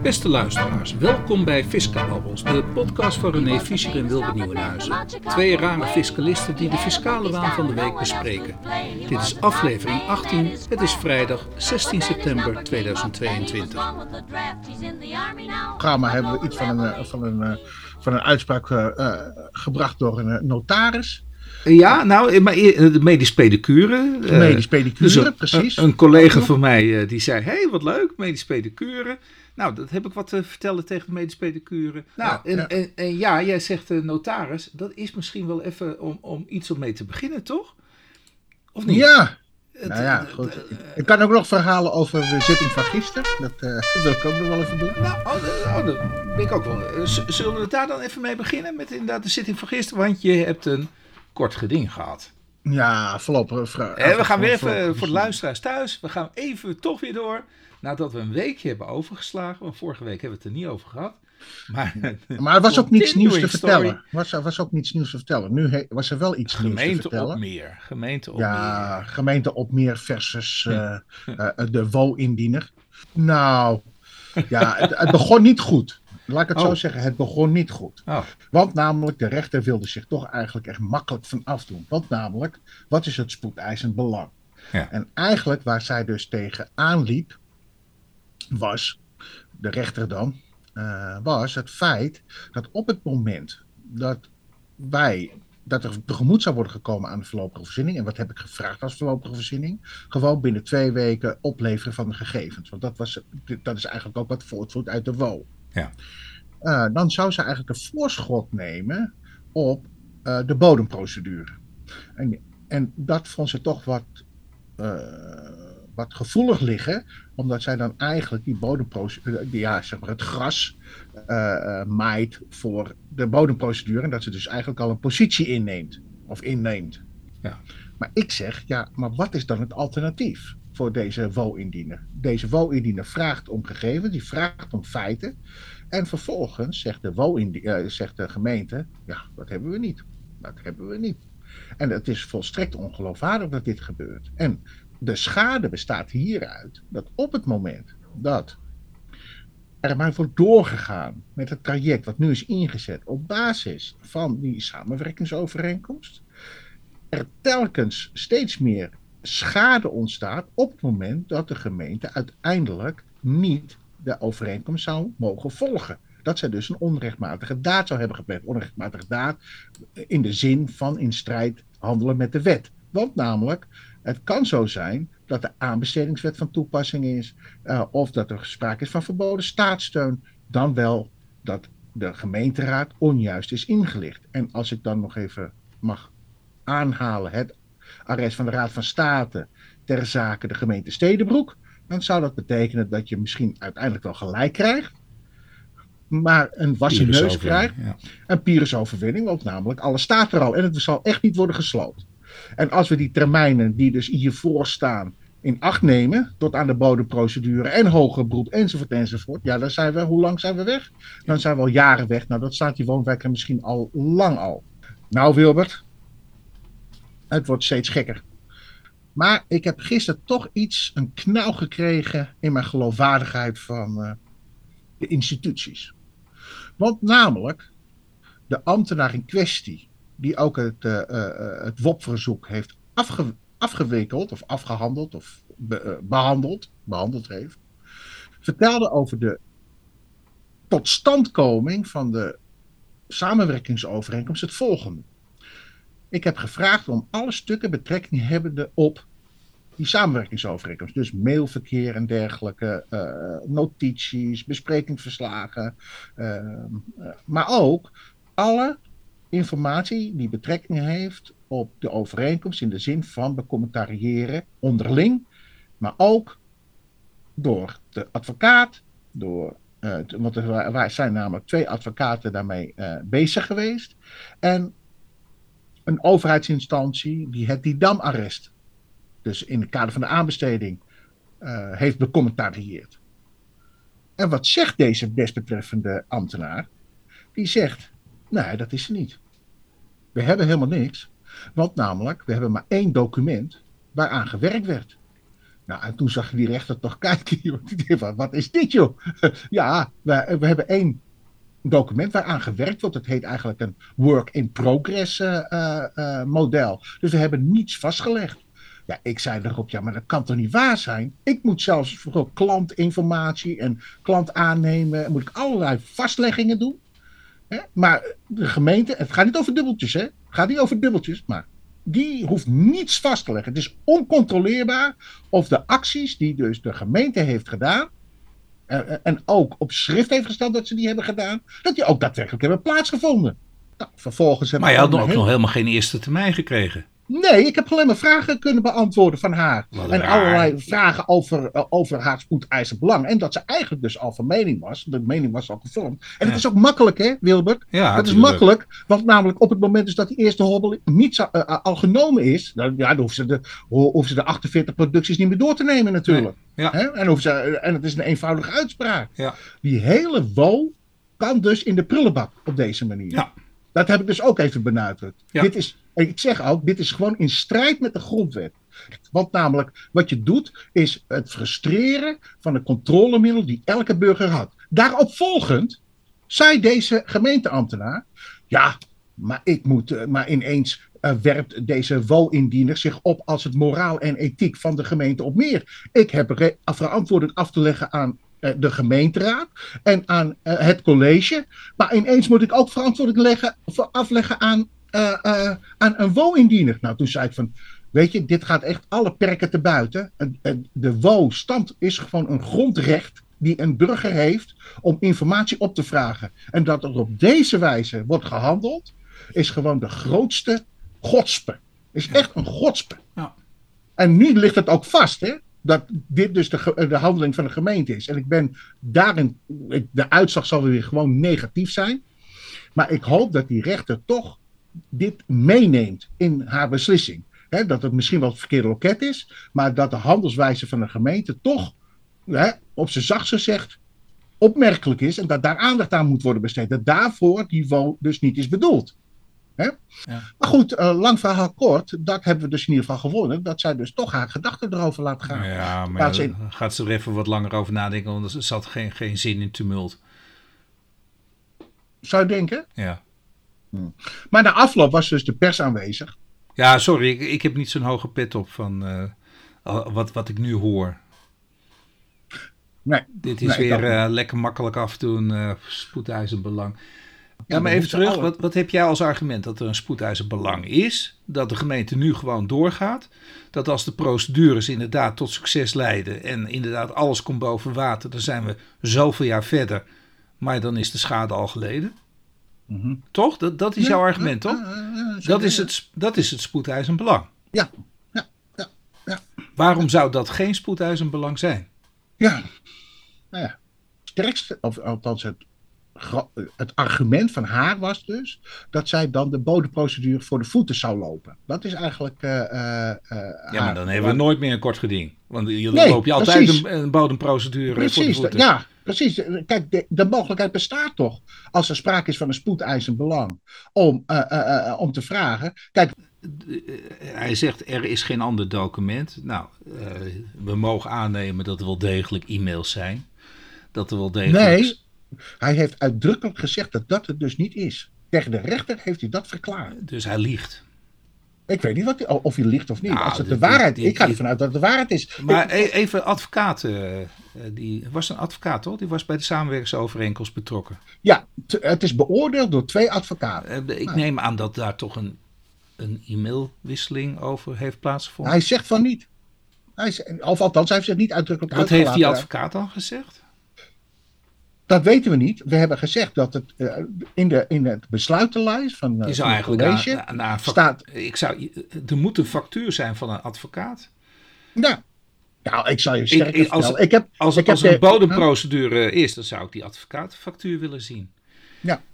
Beste luisteraars, welkom bij Fiscababbels, de podcast van René Fischer en Wilbert Nieuwenhuizen. Twee rare fiscalisten die de fiscale waan van de week bespreken. Dit is aflevering 18, het is vrijdag 16 september 2022. Programma hebben we iets van een uitspraak gebracht door een notaris. Ja, nou, maar de medisch pedicure. Medisch pedicure, dus precies. Een collega van mij die zei, hey, wat leuk, medisch pedicure. Nou, dat heb ik wat te vertellen tegen de medisch pedicure. Nou, en jij zegt notaris, dat is misschien wel even om iets om mee te beginnen, toch? Of niet? Ja. Goed. Ik kan ook nog verhalen over de zitting van gisteren. Dat wil ik ook nog wel even doen. Nou, dat ben ik ook wel. Zullen we daar dan even mee beginnen met inderdaad de zitting van gisteren? Want je hebt een kort geding gehad. Ja, voorlopig. We gaan weer even voor de luisteraars thuis. We gaan even toch weer door. Nadat we een weekje hebben overgeslagen. Want vorige week hebben we het er niet over gehad. Maar er was ook niets nieuws te vertellen. Was ook niets nieuws te vertellen. Nu was er wel iets nieuws te vertellen. Gemeente Opmeer versus de WO-indiener. Nou, ja, het begon niet goed. Laat ik het zo zeggen, het begon niet goed. Want namelijk, de rechter wilde zich toch eigenlijk echt makkelijk van afdoen. Want namelijk, wat is het spoedeisend belang? Ja. En eigenlijk waar zij dus tegen aanliep, was, de rechter dan, was het feit dat op het moment dat er tegemoet zou worden gekomen aan de voorlopige voorziening, en wat heb ik gevraagd als voorlopige voorziening? Gewoon binnen 2 weken opleveren van de gegevens. Want dat is eigenlijk ook wat voortvloeit uit de WO. Ja. Dan zou ze eigenlijk een voorschot nemen op de bodemprocedure. En dat vond ze toch wat gevoelig liggen, omdat zij dan eigenlijk die bodemprocedure, het gras maait voor de bodemprocedure en dat ze dus eigenlijk al een positie inneemt. Ja. Maar ik zeg, maar wat is dan het alternatief voor deze WO-indiener? Deze WO-indiener vraagt om gegevens, die vraagt om feiten en vervolgens zegt de gemeente, dat hebben we niet. En het is volstrekt ongeloofwaardig dat dit gebeurt. En de schade bestaat hieruit dat op het moment dat er maar wordt doorgegaan met het traject wat nu is ingezet op basis van die samenwerkingsovereenkomst, er telkens steeds meer schade ontstaat op het moment dat de gemeente uiteindelijk niet de overeenkomst zou mogen volgen. Dat zij dus een onrechtmatige daad zou hebben gepleegd. Onrechtmatige daad in de zin van in strijd handelen met de wet. Want namelijk, het kan zo zijn dat de aanbestedingswet van toepassing is, of dat er sprake is van verboden staatssteun, dan wel dat de gemeenteraad onjuist is ingelicht. En als ik dan nog even mag aanhalen het arrest van de Raad van State ter zake de gemeente Stedenbroek, dan zou dat betekenen dat je misschien uiteindelijk wel gelijk krijgt, maar een wassen neus krijgt. Ja. Een Pyrrhusoverwinning, want namelijk alles staat er al en het zal echt niet worden gesloopt. En als we die termijnen die dus hiervoor staan in acht nemen, tot aan de bodemprocedure en hoger beroep enzovoort, dan zijn we, hoe lang zijn we weg? Dan zijn we al jaren weg. Nou, dat staat die woonwijken misschien al lang al. Nou, Wilbert, het wordt steeds gekker. Maar ik heb gisteren toch een knauw gekregen in mijn geloofwaardigheid van de instituties. Want namelijk, de ambtenaar in kwestie, die ook het WOP-verzoek heeft afgewikkeld of afgehandeld of behandeld heeft, vertelde over de totstandkoming van de samenwerkingsovereenkomst het volgende. Ik heb gevraagd om alle stukken betrekking hebbende op die samenwerkingsovereenkomst. Dus mailverkeer en dergelijke, notities, besprekingsverslagen, maar ook alle informatie die betrekking heeft op de overeenkomst in de zin van becommentariëren onderling, maar ook door de advocaat, want er zijn namelijk 2 advocaten daarmee bezig geweest, en een overheidsinstantie die het Didam-arrest, dus in het kader van de aanbesteding, heeft becommentarieerd. En wat zegt deze desbetreffende ambtenaar? Die zegt, nee, dat is er niet. We hebben helemaal niks. Want namelijk, we hebben maar 1 document waaraan gewerkt werd. Nou, en toen zag die rechter toch kijken. Die dacht, wat is dit, joh? Ja, we hebben één document waaraan gewerkt wordt. Dat heet eigenlijk een work-in-progress model. Dus we hebben niets vastgelegd. Ja, ik zei erop, ja, maar dat kan toch niet waar zijn? Ik moet zelfs voor klantinformatie en klant aannemen, moet ik allerlei vastleggingen doen. Hè? Maar de gemeente, het gaat niet over dubbeltjes, hè? Het gaat niet over dubbeltjes, maar die hoeft niets vast te leggen. Het is oncontroleerbaar of de acties die dus de gemeente heeft gedaan, en ook op schrift heeft gesteld dat ze die hebben gedaan, dat die ook daadwerkelijk hebben plaatsgevonden. Nou, vervolgens hebben maar je had ook nog helemaal geen eerste termijn gekregen. Nee, ik heb alleen maar vragen kunnen beantwoorden van haar. En raar. allerlei vragen over haar spoedeisend belang. En dat ze eigenlijk dus al van mening was. De mening was al gevormd. En het is ook makkelijk, hè, Wilbert? Ja, dat is makkelijk. Want namelijk op het moment dus dat die eerste hobbel niet al genomen is. Dan hoeven ze de 48 producties niet meer door te nemen natuurlijk. Nee. Ja. En het is een eenvoudige uitspraak. Ja. Die hele WO kan dus in de prullenbak op deze manier. Ja. Dat heb ik dus ook even benadrukt. Ja. Ik zeg ook, dit is gewoon in strijd met de grondwet. Want namelijk, wat je doet, is het frustreren van de controlemiddel die elke burger had. Daarop volgend zei deze gemeenteambtenaar, ja, maar ineens werpt deze WO-indiener zich op als het moraal en ethiek van de gemeente op meer. Ik heb verantwoording af te leggen aan de gemeenteraad en aan het college. Maar ineens moet ik ook verantwoording afleggen aan een WO-indiener. Nou, toen zei ik van, weet je, dit gaat echt alle perken te buiten. De WO-stand is gewoon een grondrecht die een burger heeft om informatie op te vragen. En dat er op deze wijze wordt gehandeld, is gewoon de grootste godspe. Is echt een godspe. Ja. En nu ligt het ook vast, hè? Dat dit dus de handeling van de gemeente is. En ik ben daarin, de uitslag zal weer gewoon negatief zijn. Maar ik hoop dat die rechter toch dit meeneemt in haar beslissing. He, dat het misschien wel het verkeerde loket is, maar dat de handelswijze van de gemeente toch, op zijn zachtst gezegd, opmerkelijk is. En dat daar aandacht aan moet worden besteed. Dat daarvoor die WO dus niet is bedoeld. Ja. Maar goed, lang verhaal kort, dat hebben we dus in ieder geval gewonnen. Dat zij dus toch haar gedachten erover laat gaan. Ja, maar gaat ze er even wat langer over nadenken, want er zat geen zin in tumult. Zou je denken? Ja. Maar na afloop was dus de pers aanwezig. Ja, sorry, ik heb niet zo'n hoge pet op van wat ik nu hoor. Nee. Dit is weer lekker makkelijk af en toe een spoedeisend belang. Ja, maar even terug, wat heb jij als argument? Dat er een spoedeisend belang is, dat de gemeente nu gewoon doorgaat, dat als de procedures inderdaad tot succes leiden en inderdaad alles komt boven water, dan zijn we zoveel jaar verder, maar dan is de schade al geleden. Mm-hmm. Toch? Dat is jouw argument, toch? Dat is het spoedeisend belang. Ja. Waarom zou dat geen spoedeisend belang zijn? Ja, nou ja, sterkste, of althans het argument van haar was dus dat zij dan de bodemprocedure voor de voeten zou lopen. Dat is eigenlijk maar dan hebben we nooit meer een kort geding. Want dan loop je altijd een bodemprocedure voor de voeten. Ja, precies. Kijk, de mogelijkheid bestaat toch als er sprake is van een spoedeisend belang om te vragen. Kijk, hij zegt er is geen ander document. Nou, we mogen aannemen dat er wel degelijk e-mails zijn. Dat er wel degelijk... Nee, hij heeft uitdrukkelijk gezegd dat dat het dus niet is. Tegen de rechter heeft hij dat verklaard. Dus hij liegt. Ik weet niet of hij liegt of niet. Nou, als het de waarheid is, ik ga ervan uit dat het de waarheid is. Maar even advocaat. Die was een advocaat, toch? Die was bij de samenwerkingsovereenkomst betrokken. Ja, het is beoordeeld door 2 advocaten. Ik neem aan dat daar toch een e-mailwisseling over heeft plaatsgevonden. Hij zegt van niet. Of althans, hij heeft zich niet uitdrukkelijk uitgelaten. Wat heeft die advocaat dan gezegd? Dat weten we niet. We hebben gezegd dat het in het besluitenlijst van het college staat... Er moet een factuur zijn van een advocaat. Ja. Nou, ik zal je sterker vertellen. Als er een bodemprocedure is, dan zou ik die advocaatfactuur willen zien. Ja.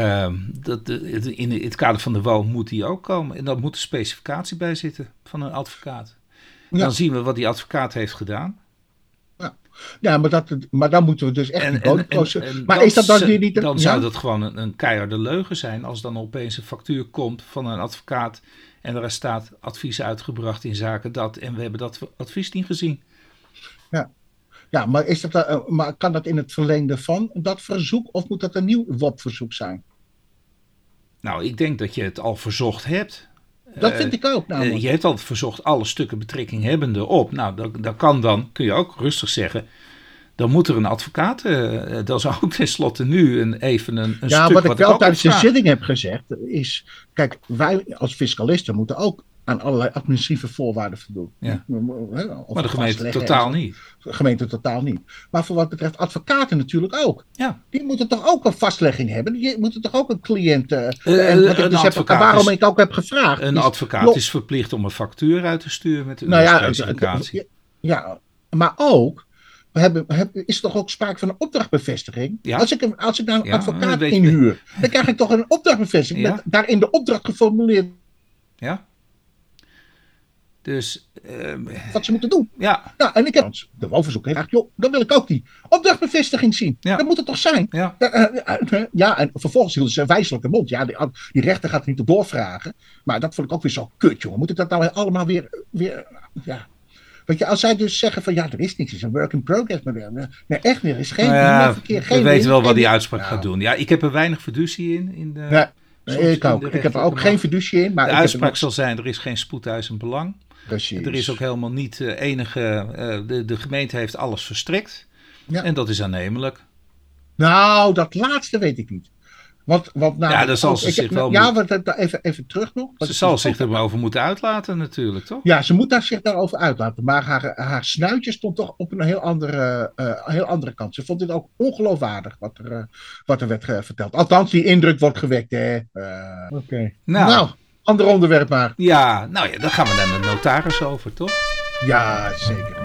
In het kader van de WO moet die ook komen. En dan moet een specificatie bij zitten van een advocaat. Ja. Dan zien we wat die advocaat heeft gedaan. Ja, maar dan moeten we dus echt die bodemprocedure... Maar is dat dan weer niet... Dan zou dat gewoon een keiharde leugen zijn als dan opeens een factuur komt van een advocaat en er staat advies uitgebracht in zaken dat en we hebben dat advies niet gezien. Ja, maar, maar kan dat in het verlengde van dat verzoek of moet dat een nieuw WOP-verzoek zijn? Nou, ik denk dat je het al verzocht hebt. Dat vind ik ook namelijk. Je hebt al verzocht alle stukken betrekking hebbende op. Nou, dat kan dan, kun je ook rustig zeggen. Dan moet er een advocaat. Dat is ook tenslotte nu even een stuk. Ja, wat ik wel tijdens de vraag. zitting heb gezegd is... Kijk, wij als fiscalisten moeten ook aan allerlei administratieve voorwaarden voldoen. Ja. Of Maar de gemeente vastleggen totaal niet. De gemeente totaal niet. Maar voor wat betreft advocaten natuurlijk ook. Ja. Die moeten toch ook een vastlegging hebben? Die moeten toch ook een cliënt... en wat ik een dus heb, waarom ik ook heb gevraagd... Een advocaat is verplicht om een factuur uit te sturen met een specificatie. Ja, maar ook... is er toch ook sprake van een opdrachtbevestiging? Ja. Als ik nou een advocaat inhuur, dan krijg ik toch een opdrachtbevestiging met daarin de opdracht geformuleerd. Ja. Dus... wat ze moeten doen. Ja. Nou, en ik heb de woonverzoek gevraagd, joh, dan wil ik ook die opdrachtbevestiging zien. Ja. Dat moet het toch zijn? Ja. Ja, en vervolgens hielden ze een wijselijke mond. Ja, die rechter gaat er niet op doorvragen. Maar dat vond ik ook weer zo kut, jongen. Moet ik dat nou allemaal weer ja... Want ja, als zij dus zeggen van ja, er is niks, het is een work in progress. Maar nee, echt niet, er is geen verkeer. We weten wel wat die uitspraak gaat doen. Ja, ik heb er weinig fiducie in de... ik ook. Ik heb er ook geen fiducie in. Maar de uitspraak zal zijn, er is geen spoedeisend belang. Precies. Er is ook helemaal niet enige... De gemeente heeft alles verstrekt. Ja. En dat is aannemelijk. Nou, dat laatste weet ik niet. Want nou, ja, dan zal ze zich wel... Ja, even terug nog. Ze zal zich erover moeten uitlaten natuurlijk, toch? Ja, ze moet zich daarover uitlaten. Maar haar snuitje stond toch op een heel andere kant. Ze vond dit ook ongeloofwaardig wat er werd verteld. Althans, die indruk wordt gewekt. Oké. Nou, ander onderwerp maar. Ja, nou ja, dan gaan we naar de notaris over, toch? Ja, zeker.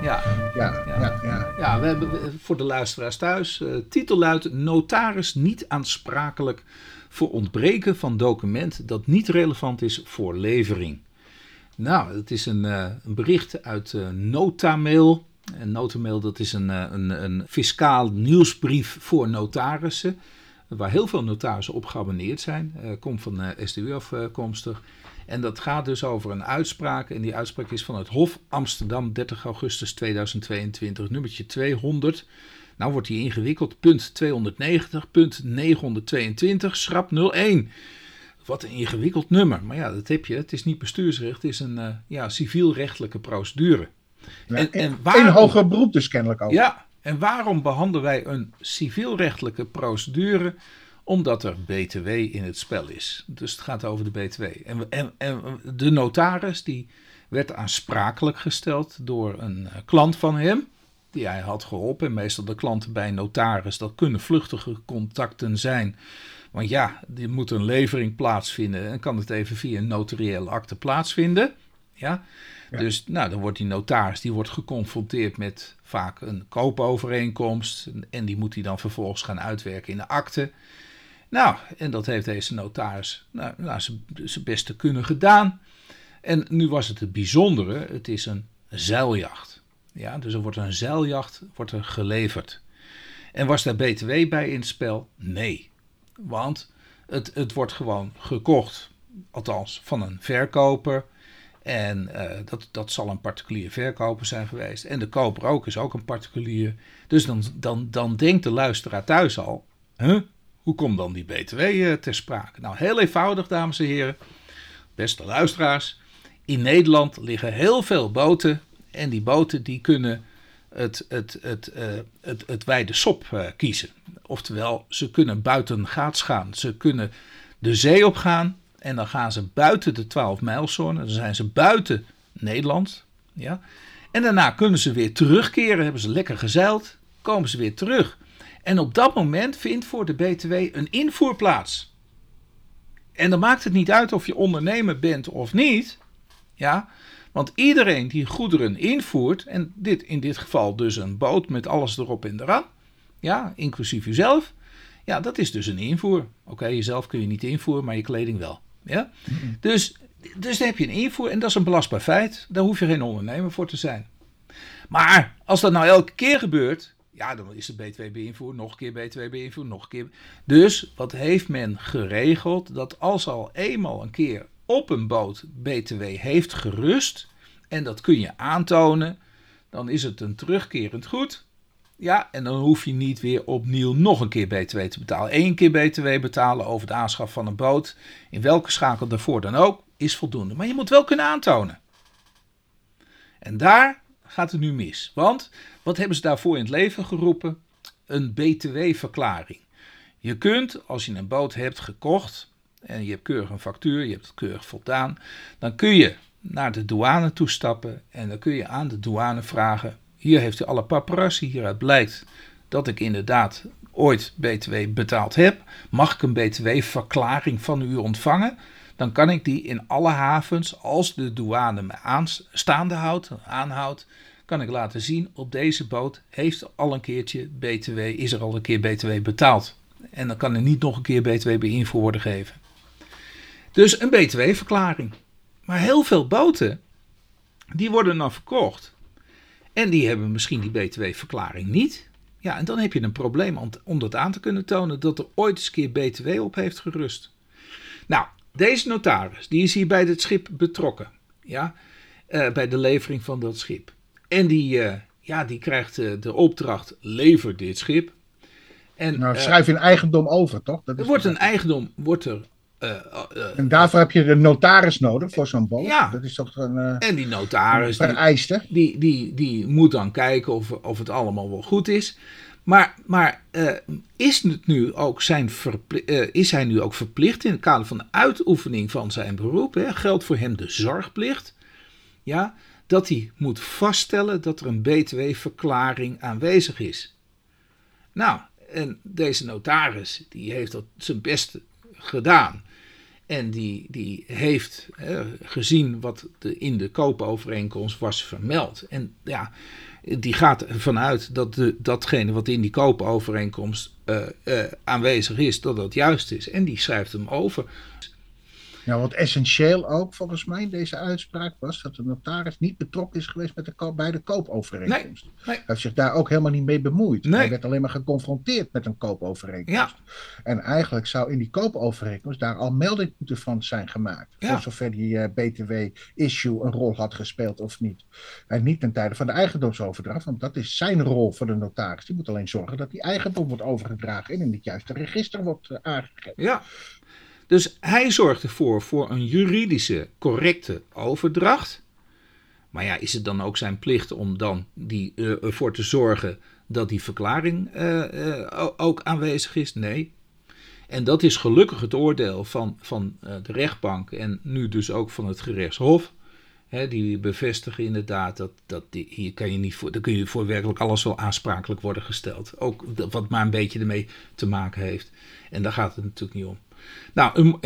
Ja, we hebben voor de luisteraars thuis. Titel luidt: Notaris niet aansprakelijk voor ontbreken van document dat niet relevant is voor levering. Nou, het is een bericht uit Notamail. En Notamail, dat is een fiscaal nieuwsbrief voor notarissen. Waar heel veel notarissen op geabonneerd zijn. Komt van SDU afkomstig. En dat gaat dus over een uitspraak. En die uitspraak is van het Hof Amsterdam, 30 augustus 2022, nummertje 200. Nou wordt die ingewikkeld. Punt 290, punt 922, schrap 01. Wat een ingewikkeld nummer. Maar ja, dat heb je. Het is niet bestuursrecht. Het is een civielrechtelijke procedure. Ja, en waarom, hoger beroep dus kennelijk ook. Ja, en waarom behandelen wij een civielrechtelijke procedure? Omdat er BTW in het spel is. Dus het gaat over de BTW. En de notaris die werd aansprakelijk gesteld door een klant van hem. Die hij had geholpen. En meestal de klanten bij een notaris. Dat kunnen vluchtige contacten zijn. Want ja, er moet een levering plaatsvinden. En kan het even via een notariële akte plaatsvinden. Ja. Dus nou, dan wordt die notaris geconfronteerd met vaak een koopovereenkomst. En die moet hij dan vervolgens gaan uitwerken in de akte. Nou, en dat heeft deze notaris zijn beste kunnen gedaan. En nu was het bijzondere, het is een zeiljacht. Ja, dus er wordt een zeiljacht geleverd. En was daar BTW bij in het spel? Nee. Want het wordt gewoon gekocht, althans van een verkoper. En dat zal een particulier verkoper zijn geweest. En de koper ook is ook een particulier. Dus dan denkt de luisteraar thuis al, hoe komt dan die BTW ter sprake? Nou, heel eenvoudig, dames en heren, beste luisteraars. In Nederland liggen heel veel boten. En die boten die kunnen het wijde sop kiezen. Oftewel, ze kunnen buitengaats gaan. Ze kunnen de zee op gaan. En dan gaan ze buiten de 12-mijlzone. Dan zijn ze buiten Nederland. Ja? En daarna kunnen ze weer terugkeren. Hebben ze lekker gezeild. Komen ze weer terug. En op dat moment vindt voor de BTW een invoer plaats. En dan maakt het niet uit of je ondernemer bent of niet. Ja? Want iedereen die goederen invoert, en in dit geval dus een boot met alles erop en eraan, ja, inclusief jezelf, ja, dat is dus een invoer. Oké, jezelf kun je niet invoeren, maar je kleding wel. Ja? Mm-hmm. Dus dan heb je een invoer en dat is een belastbaar feit. Daar hoef je geen ondernemer voor te zijn. Maar als dat nou elke keer gebeurt, ja, dan is het BTW-invoer, nog een keer BTW-invoer, nog een keer. Dus wat heeft men geregeld? Dat als al eenmaal een keer op een boot BTW heeft gerust, en dat kun je aantonen, dan is het een terugkerend goed. Ja, en dan hoef je niet weer opnieuw nog een keer BTW te betalen. 1 keer BTW betalen over het aanschaf van een boot, in welke schakel daarvoor dan ook, is voldoende. Maar je moet wel kunnen aantonen. En daar gaat het nu mis. Want wat hebben ze daarvoor in het leven geroepen? Een BTW-verklaring. Je kunt, als je een boot hebt gekocht en je hebt keurig een factuur, je hebt het keurig voldaan, dan kun je naar de douane toestappen en dan kun je aan de douane vragen: hier heeft u alle paparazzi, hieruit blijkt dat ik inderdaad ooit BTW betaald heb. Mag ik een BTW-verklaring van u ontvangen? Dan kan ik die in alle havens, als de douane me aanhoudt, kan ik laten zien: op deze boot heeft al een keertje BTW, is er al een keer BTW betaald. En dan kan er niet nog een keer BTW bij invoer worden gegeven. Dus een BTW-verklaring. Maar heel veel boten, die worden dan verkocht. En die hebben misschien die BTW-verklaring niet. Ja, en dan heb je een probleem om dat aan te kunnen tonen dat er ooit eens een keer BTW op heeft gerust. Nou, deze notaris, die is hier bij dit schip betrokken. Ja, bij de levering van dat schip. En die krijgt de opdracht: lever dit schip. En, nou, schrijf je een eigendom over, toch? Dat is wordt een eigendom, en daarvoor heb je de notaris nodig voor zo'n boot. Ja. Dat is toch en die notaris vereiste. Die moet dan kijken of het allemaal wel goed is. Maar is hij nu ook verplicht in het kader van de uitoefening van zijn beroep? Hè, geldt voor hem de zorgplicht? Ja, dat hij moet vaststellen dat er een BTW-verklaring aanwezig is. Nou, en deze notaris die heeft dat zijn best gedaan. En die heeft gezien wat in de koopovereenkomst was vermeld. En ja, die gaat ervan uit dat datgene wat in die koopovereenkomst aanwezig is, dat dat juist is. En die schrijft hem over. Ja, wat essentieel ook volgens mij in deze uitspraak was dat de notaris niet betrokken is geweest bij de koopovereenkomst. Nee. Hij heeft zich daar ook helemaal niet mee bemoeid. Nee. Hij werd alleen maar geconfronteerd met een koopovereenkomst. Ja. En eigenlijk zou in die koopovereenkomst daar al melding moeten van zijn gemaakt. Ja. Voor zover die BTW-issue een rol had gespeeld of niet. En niet ten tijde van de eigendomsoverdracht, want dat is zijn rol voor de notaris. Die moet alleen zorgen dat die eigendom wordt overgedragen en in het juiste register wordt aangegeven. Ja. Dus hij zorgt ervoor voor een juridische correcte overdracht. Maar ja, is het dan ook zijn plicht om dan ervoor te zorgen dat die verklaring ook aanwezig is? Nee. En dat is gelukkig het oordeel van de rechtbank en nu dus ook van het gerechtshof. Die bevestigen inderdaad dat hier dan kun je voor werkelijk alles wel aansprakelijk worden gesteld. Ook wat maar een beetje ermee te maken heeft. En daar gaat het natuurlijk niet om. Nou,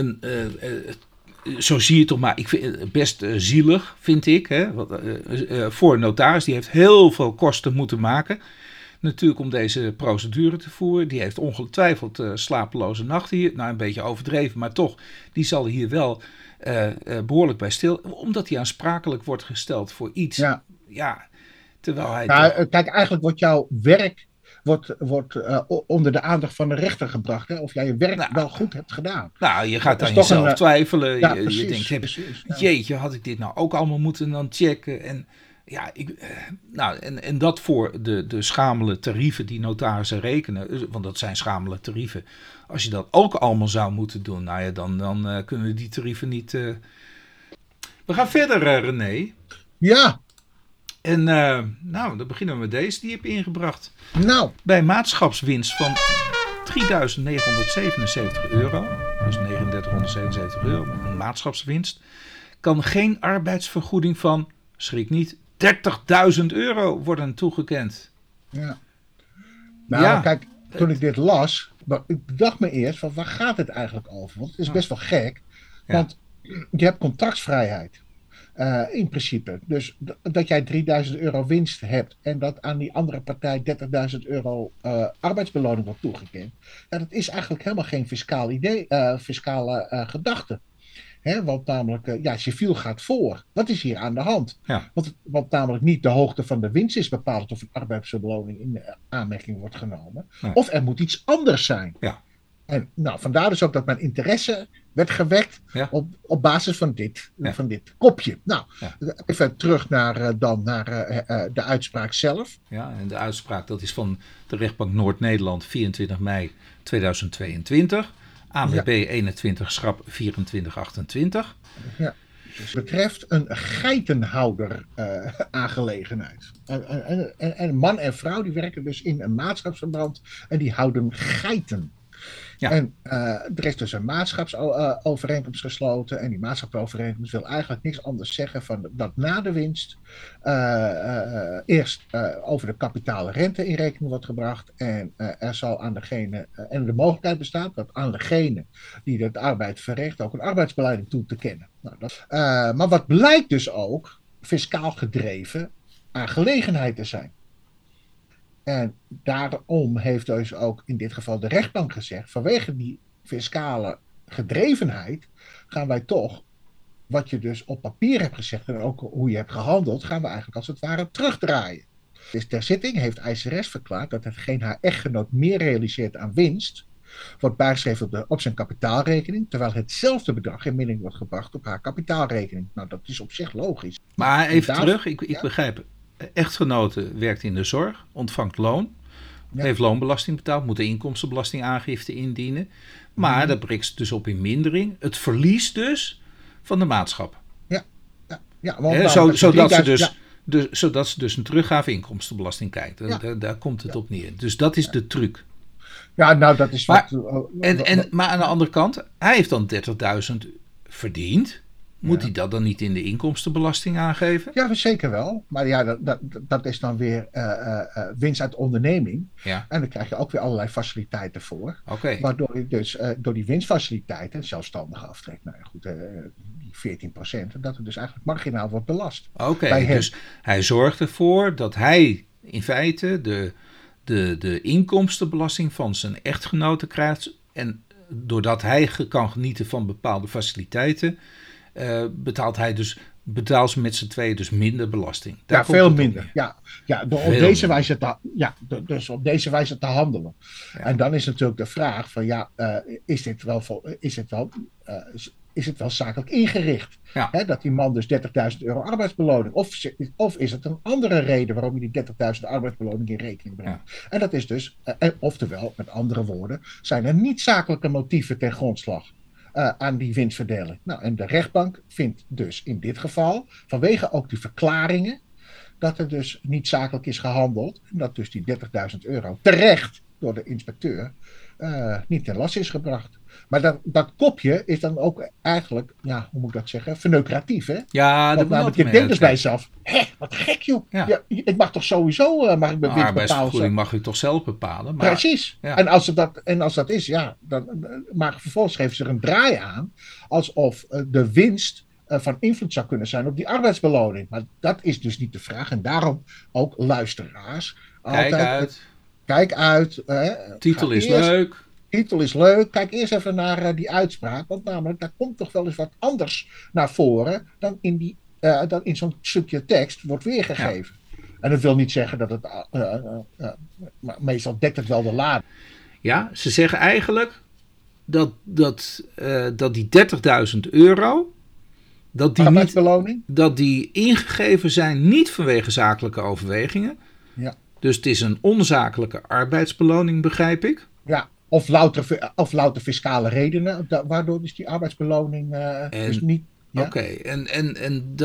zo zie je toch maar. Ik vind het best zielig, vind ik. Voor een notaris, die heeft heel veel kosten moeten maken. Natuurlijk om deze procedure te voeren. Die heeft ongetwijfeld slapeloze nachten hier. Nou, een beetje overdreven, maar toch. Die zal hier wel behoorlijk bij stil. Omdat hij aansprakelijk wordt gesteld voor iets. Ja, terwijl hij... Kijk, eigenlijk wordt jouw werk wordt onder de aandacht van de rechter gebracht. Hè? Of jij je werk wel goed hebt gedaan. Nou, je gaat aan jezelf twijfelen. Ja, je denkt, jeetje, had ik dit nou ook allemaal moeten dan checken? En ja, en dat voor de schamele tarieven die notarissen rekenen. Want dat zijn schamele tarieven. Als je dat ook allemaal zou moeten doen, nou ja, dan kunnen die tarieven niet... We gaan verder, René. Ja. En dan beginnen we met deze die je hebt ingebracht. Nou. Bij maatschapswinst van €3.977. Dus €3.977. Een maatschapswinst. Kan geen arbeidsvergoeding van, schrik niet, €30.000 worden toegekend. Ja. Nou, kijk, toen ik dit las, ik dacht me eerst van waar gaat het eigenlijk over? Want het is best wel gek. Want je hebt contractsvrijheid. In principe. Dus dat jij €3.000 winst hebt en dat aan die andere partij €30.000 arbeidsbeloning wordt toegekend. Ja, dat is eigenlijk helemaal geen fiscale gedachte. Want namelijk, civiel gaat voor. Wat is hier aan de hand? Ja. Want namelijk niet de hoogte van de winst is bepaald of een arbeidsbeloning in aanmerking wordt genomen. Ja. Of er moet iets anders zijn. Ja. En vandaar dus ook dat mijn interesse werd gewekt op basis van dit kopje. Nou, even terug naar de uitspraak zelf. Ja, en de uitspraak dat is van de rechtbank Noord-Nederland 24 mei 2022. AMB 21 schrap 2428. Ja. Dus het betreft een geitenhouder aangelegenheid. En man en vrouw die werken dus in een maatschapsverband en die houden geiten. Ja. En er is dus een maatschapsovereenkomst gesloten. En die maatschapsovereenkomst wil eigenlijk niks anders zeggen van dat na de winst eerst over de kapitale rente in rekening wordt gebracht. En er zal aan degene, en de mogelijkheid bestaat dat aan degene die de arbeid verricht ook een arbeidsbeleiding toe te kennen. Nou, maar wat blijkt dus ook fiscaal gedreven aangelegenheid te zijn. En daarom heeft dus ook in dit geval de rechtbank gezegd, vanwege die fiscale gedrevenheid gaan wij toch, wat je dus op papier hebt gezegd en ook hoe je hebt gehandeld, gaan we eigenlijk als het ware terugdraaien. Dus ter zitting heeft ICRS verklaard dat hetgeen haar echtgenoot meer realiseert aan winst, wordt bijgeschreven op zijn kapitaalrekening, terwijl hetzelfde bedrag in mindering wordt gebracht op haar kapitaalrekening. Nou, dat is op zich logisch. Maar even terug, ik begrijp het. Echtgenote werkt in de zorg, ontvangt loon, heeft loonbelasting betaald, moet de inkomstenbelastingaangifte indienen. Maar dat brengt ze dus op in mindering. Het verlies dus van de maatschap. Zodat ze dus een teruggave inkomstenbelasting kijkt. Daar komt het op neer. Dus dat is de truc. Ja, nou dat is maar aan de andere kant, hij heeft dan 30.000 verdiend. Moet hij dat dan niet in de inkomstenbelasting aangeven? Ja, zeker wel. Maar ja, dat is dan weer winst uit onderneming. Ja. En dan krijg je ook weer allerlei faciliteiten voor. Okay. Waardoor je dus door die winstfaciliteiten, zelfstandige aftrek, nou ja, goed, die 14%, dat het dus eigenlijk marginaal wordt belast. Oké, dus hij zorgt ervoor dat hij in feite de inkomstenbelasting van zijn echtgenote krijgt. En doordat hij kan genieten van bepaalde faciliteiten, betaalt ze met z'n tweeën dus minder belasting. Daar veel minder. Door op deze wijze te handelen. Ja. En dan is natuurlijk de vraag van is het wel zakelijk ingericht? Ja. Hè, dat die man dus €30.000 arbeidsbeloning. Of is het een andere reden waarom je die €30.000 arbeidsbeloning in rekening brengt? Ja. En dat is dus, oftewel, met andere woorden, zijn er niet zakelijke motieven ten grondslag aan die winstverdeling. Nou, en de rechtbank vindt dus in dit geval, vanwege ook die verklaringen, dat er dus niet zakelijk is gehandeld. En dat dus die €30.000 terecht door de inspecteur niet ten last is gebracht. Maar dat kopje is dan ook eigenlijk, hoe moet ik dat zeggen, verneukeratief, hè? Ja, dat namelijk, je denkt dus bij jezelf, wat gek joh. Ja. Ik mag toch sowieso, mag ik mijn winst bepalen. Arbeidsvergoeding mag u toch zelf bepalen. Maar, precies. Ja. En als dat is, dan maar vervolgens geven ze er een draai aan, alsof de winst van invloed zou kunnen zijn op die arbeidsbeloning. Maar dat is dus niet de vraag. En daarom ook luisteraars. Kijk uit. Titel is leuk. Titel is leuk. Kijk eerst even naar die uitspraak. Want namelijk, daar komt toch wel eens wat anders naar voren dan in zo'n stukje tekst wordt weergegeven. Ja. En dat wil niet zeggen dat het meestal dekt het wel de lading. Ja, ze zeggen eigenlijk dat die €30.000 dat die ingegeven zijn niet vanwege zakelijke overwegingen. Ja. Dus het is een onzakelijke arbeidsbeloning, begrijp ik. Ja, of louter fiscale redenen, waardoor dus die arbeidsbeloning dus niet. Ja? Oké, en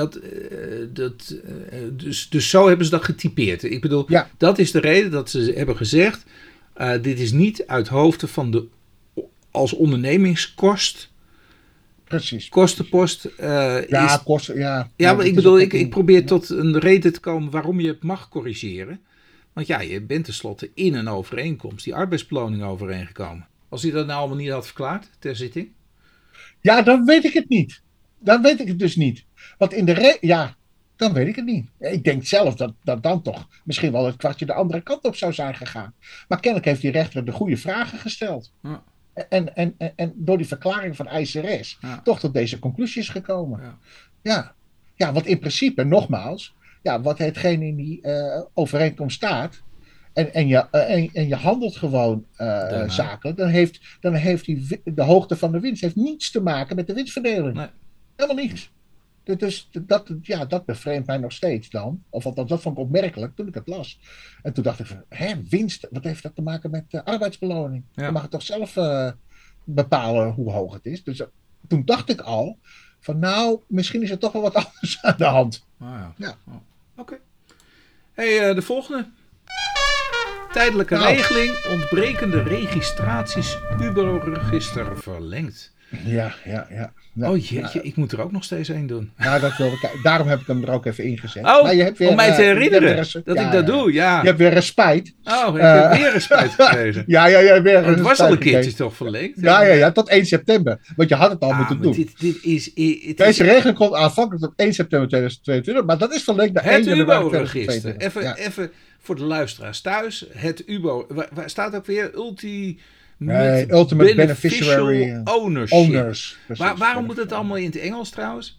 dus zo hebben ze dat getypeerd. Ik bedoel, dat is de reden dat ze hebben gezegd, dit is niet uit hoofde van als ondernemingskost. Precies. Kostenpost kosten, maar ik bedoel, ik probeer tot een reden te komen waarom je het mag corrigeren. Want je bent tenslotte in een overeenkomst, die arbeidsbeloning overeengekomen. Als hij dat nou allemaal niet had verklaard ter zitting? Ja, dan weet ik het niet. Dan weet ik het dus niet. Want dan weet ik het niet. Ik denk zelf dat dan toch misschien wel het kwartje de andere kant op zou zijn gegaan. Maar kennelijk heeft die rechter de goede vragen gesteld. Ja. En door die verklaring van ICRS toch tot deze conclusie is gekomen. Ja, want in principe, nogmaals, wat hetgeen in die overeenkomst staat, en je handelt gewoon zakelijk, dan heeft de hoogte van de winst heeft niets te maken met de winstverdeling. Nee. Helemaal niets. Dus dat bevreemdt mij nog steeds dan. Of althans, dat vond ik opmerkelijk toen ik het las. En toen dacht ik van, winst, wat heeft dat te maken met arbeidsbeloning? Ja. Je mag het toch zelf bepalen hoe hoog het is. Dus toen dacht ik al van, nou, misschien is er toch wel wat anders aan de hand. Ja. Oké. Hey, de volgende. Tijdelijke regeling, ontbrekende registraties, UBO-register verlengd. Ja. Oh jeetje, ik moet er ook nog steeds één doen. Nou, dat wilde ik, daarom heb ik hem er ook even ingezet. Oh, maar je hebt weer, om mij te herinneren dat ik dat doe, ja. Je hebt weer respijt. Oh, ik heb weer respijt gekregen. Ja, weer het was al een keertje toch verlengd? Ja, tot 1 september. Want je had het al moeten doen. Deze regeling komt aanvankelijk tot 1 september 2022, maar dat is verlengd naar 1 januari 2022. Even voor de luisteraars thuis. Het UBO, waar staat ook weer? Ultimate Beneficiary Owners. Waarom moet het allemaal in het Engels trouwens?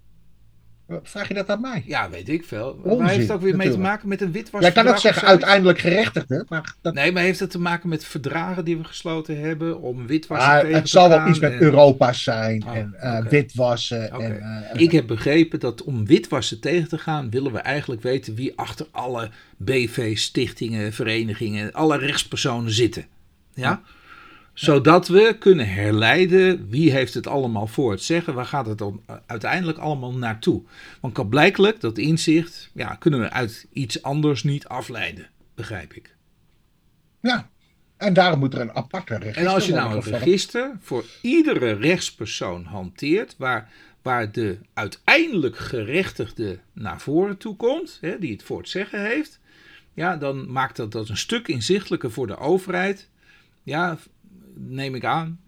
Vraag je dat aan mij? Ja, weet ik veel. Waar heeft het ook weer mee te maken met een witwas? Jij kan ook zeggen uiteindelijk gerechtigde. Nee, maar heeft het te maken met verdragen die we gesloten hebben om witwassen tegen te gaan? Het zal wel iets met Europa zijn en witwassen. Okay. Ik heb begrepen dat om witwassen tegen te gaan willen we eigenlijk weten wie achter alle BV's, stichtingen, verenigingen, alle rechtspersonen zitten. Ja? Zodat we kunnen herleiden wie heeft het allemaal voor het zeggen. Waar gaat het dan uiteindelijk allemaal naartoe? Want klaarblijkelijk, dat inzicht, kunnen we uit iets anders niet afleiden. Begrijp ik. Ja, en daarom moet er een aparte register. En als je nou een register voor iedere rechtspersoon hanteert, waar de uiteindelijk gerechtigde naar voren toe komt, die het voor het zeggen heeft, dan maakt dat een stuk inzichtelijker voor de overheid. Ja, neem ik aan.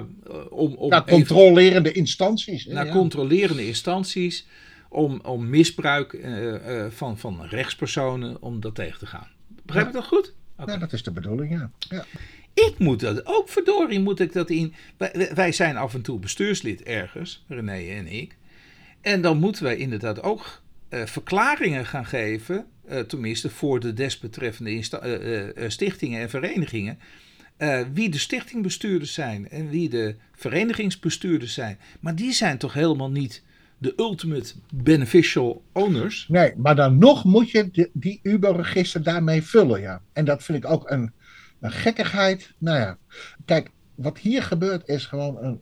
Om naar controlerende instanties. Naar controlerende instanties. Om misbruik van rechtspersonen, om dat tegen te gaan. Begrijp ik dat goed? Okay. Ja, dat is de bedoeling, ja. Ik moet dat ook, verdorie, moet ik dat in. Wij zijn af en toe bestuurslid ergens, René en ik. En dan moeten wij inderdaad ook verklaringen gaan geven, tenminste voor de desbetreffende stichtingen en verenigingen. Wie de stichtingbestuurders zijn en wie de verenigingsbestuurders zijn. Maar die zijn toch helemaal niet de ultimate beneficial owners? Nee, maar dan nog moet je die UBO-register daarmee vullen, ja. En dat vind ik ook een gekkigheid. Nou ja, kijk, wat hier gebeurt is gewoon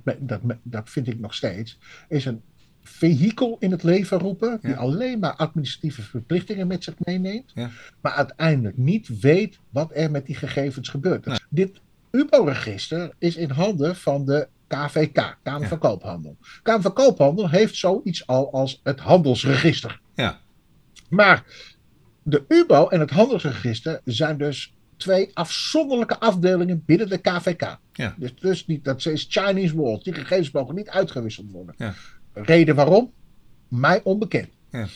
dat vind ik nog steeds, is een vehikel in het leven roepen, die alleen maar administratieve verplichtingen met zich meeneemt, maar uiteindelijk niet weet wat er met die gegevens gebeurt. Nee. Dit UBO-register is in handen van de KVK, Kamer van Koophandel. Kamer van Koophandel heeft zoiets al als het handelsregister. Ja. Maar de UBO en het handelsregister zijn dus 2 afzonderlijke afdelingen binnen de KVK. Ja. Dus niet, dat is Chinese Wall. Die gegevens mogen niet uitgewisseld worden. Ja. Reden waarom? Mij onbekend. Ja.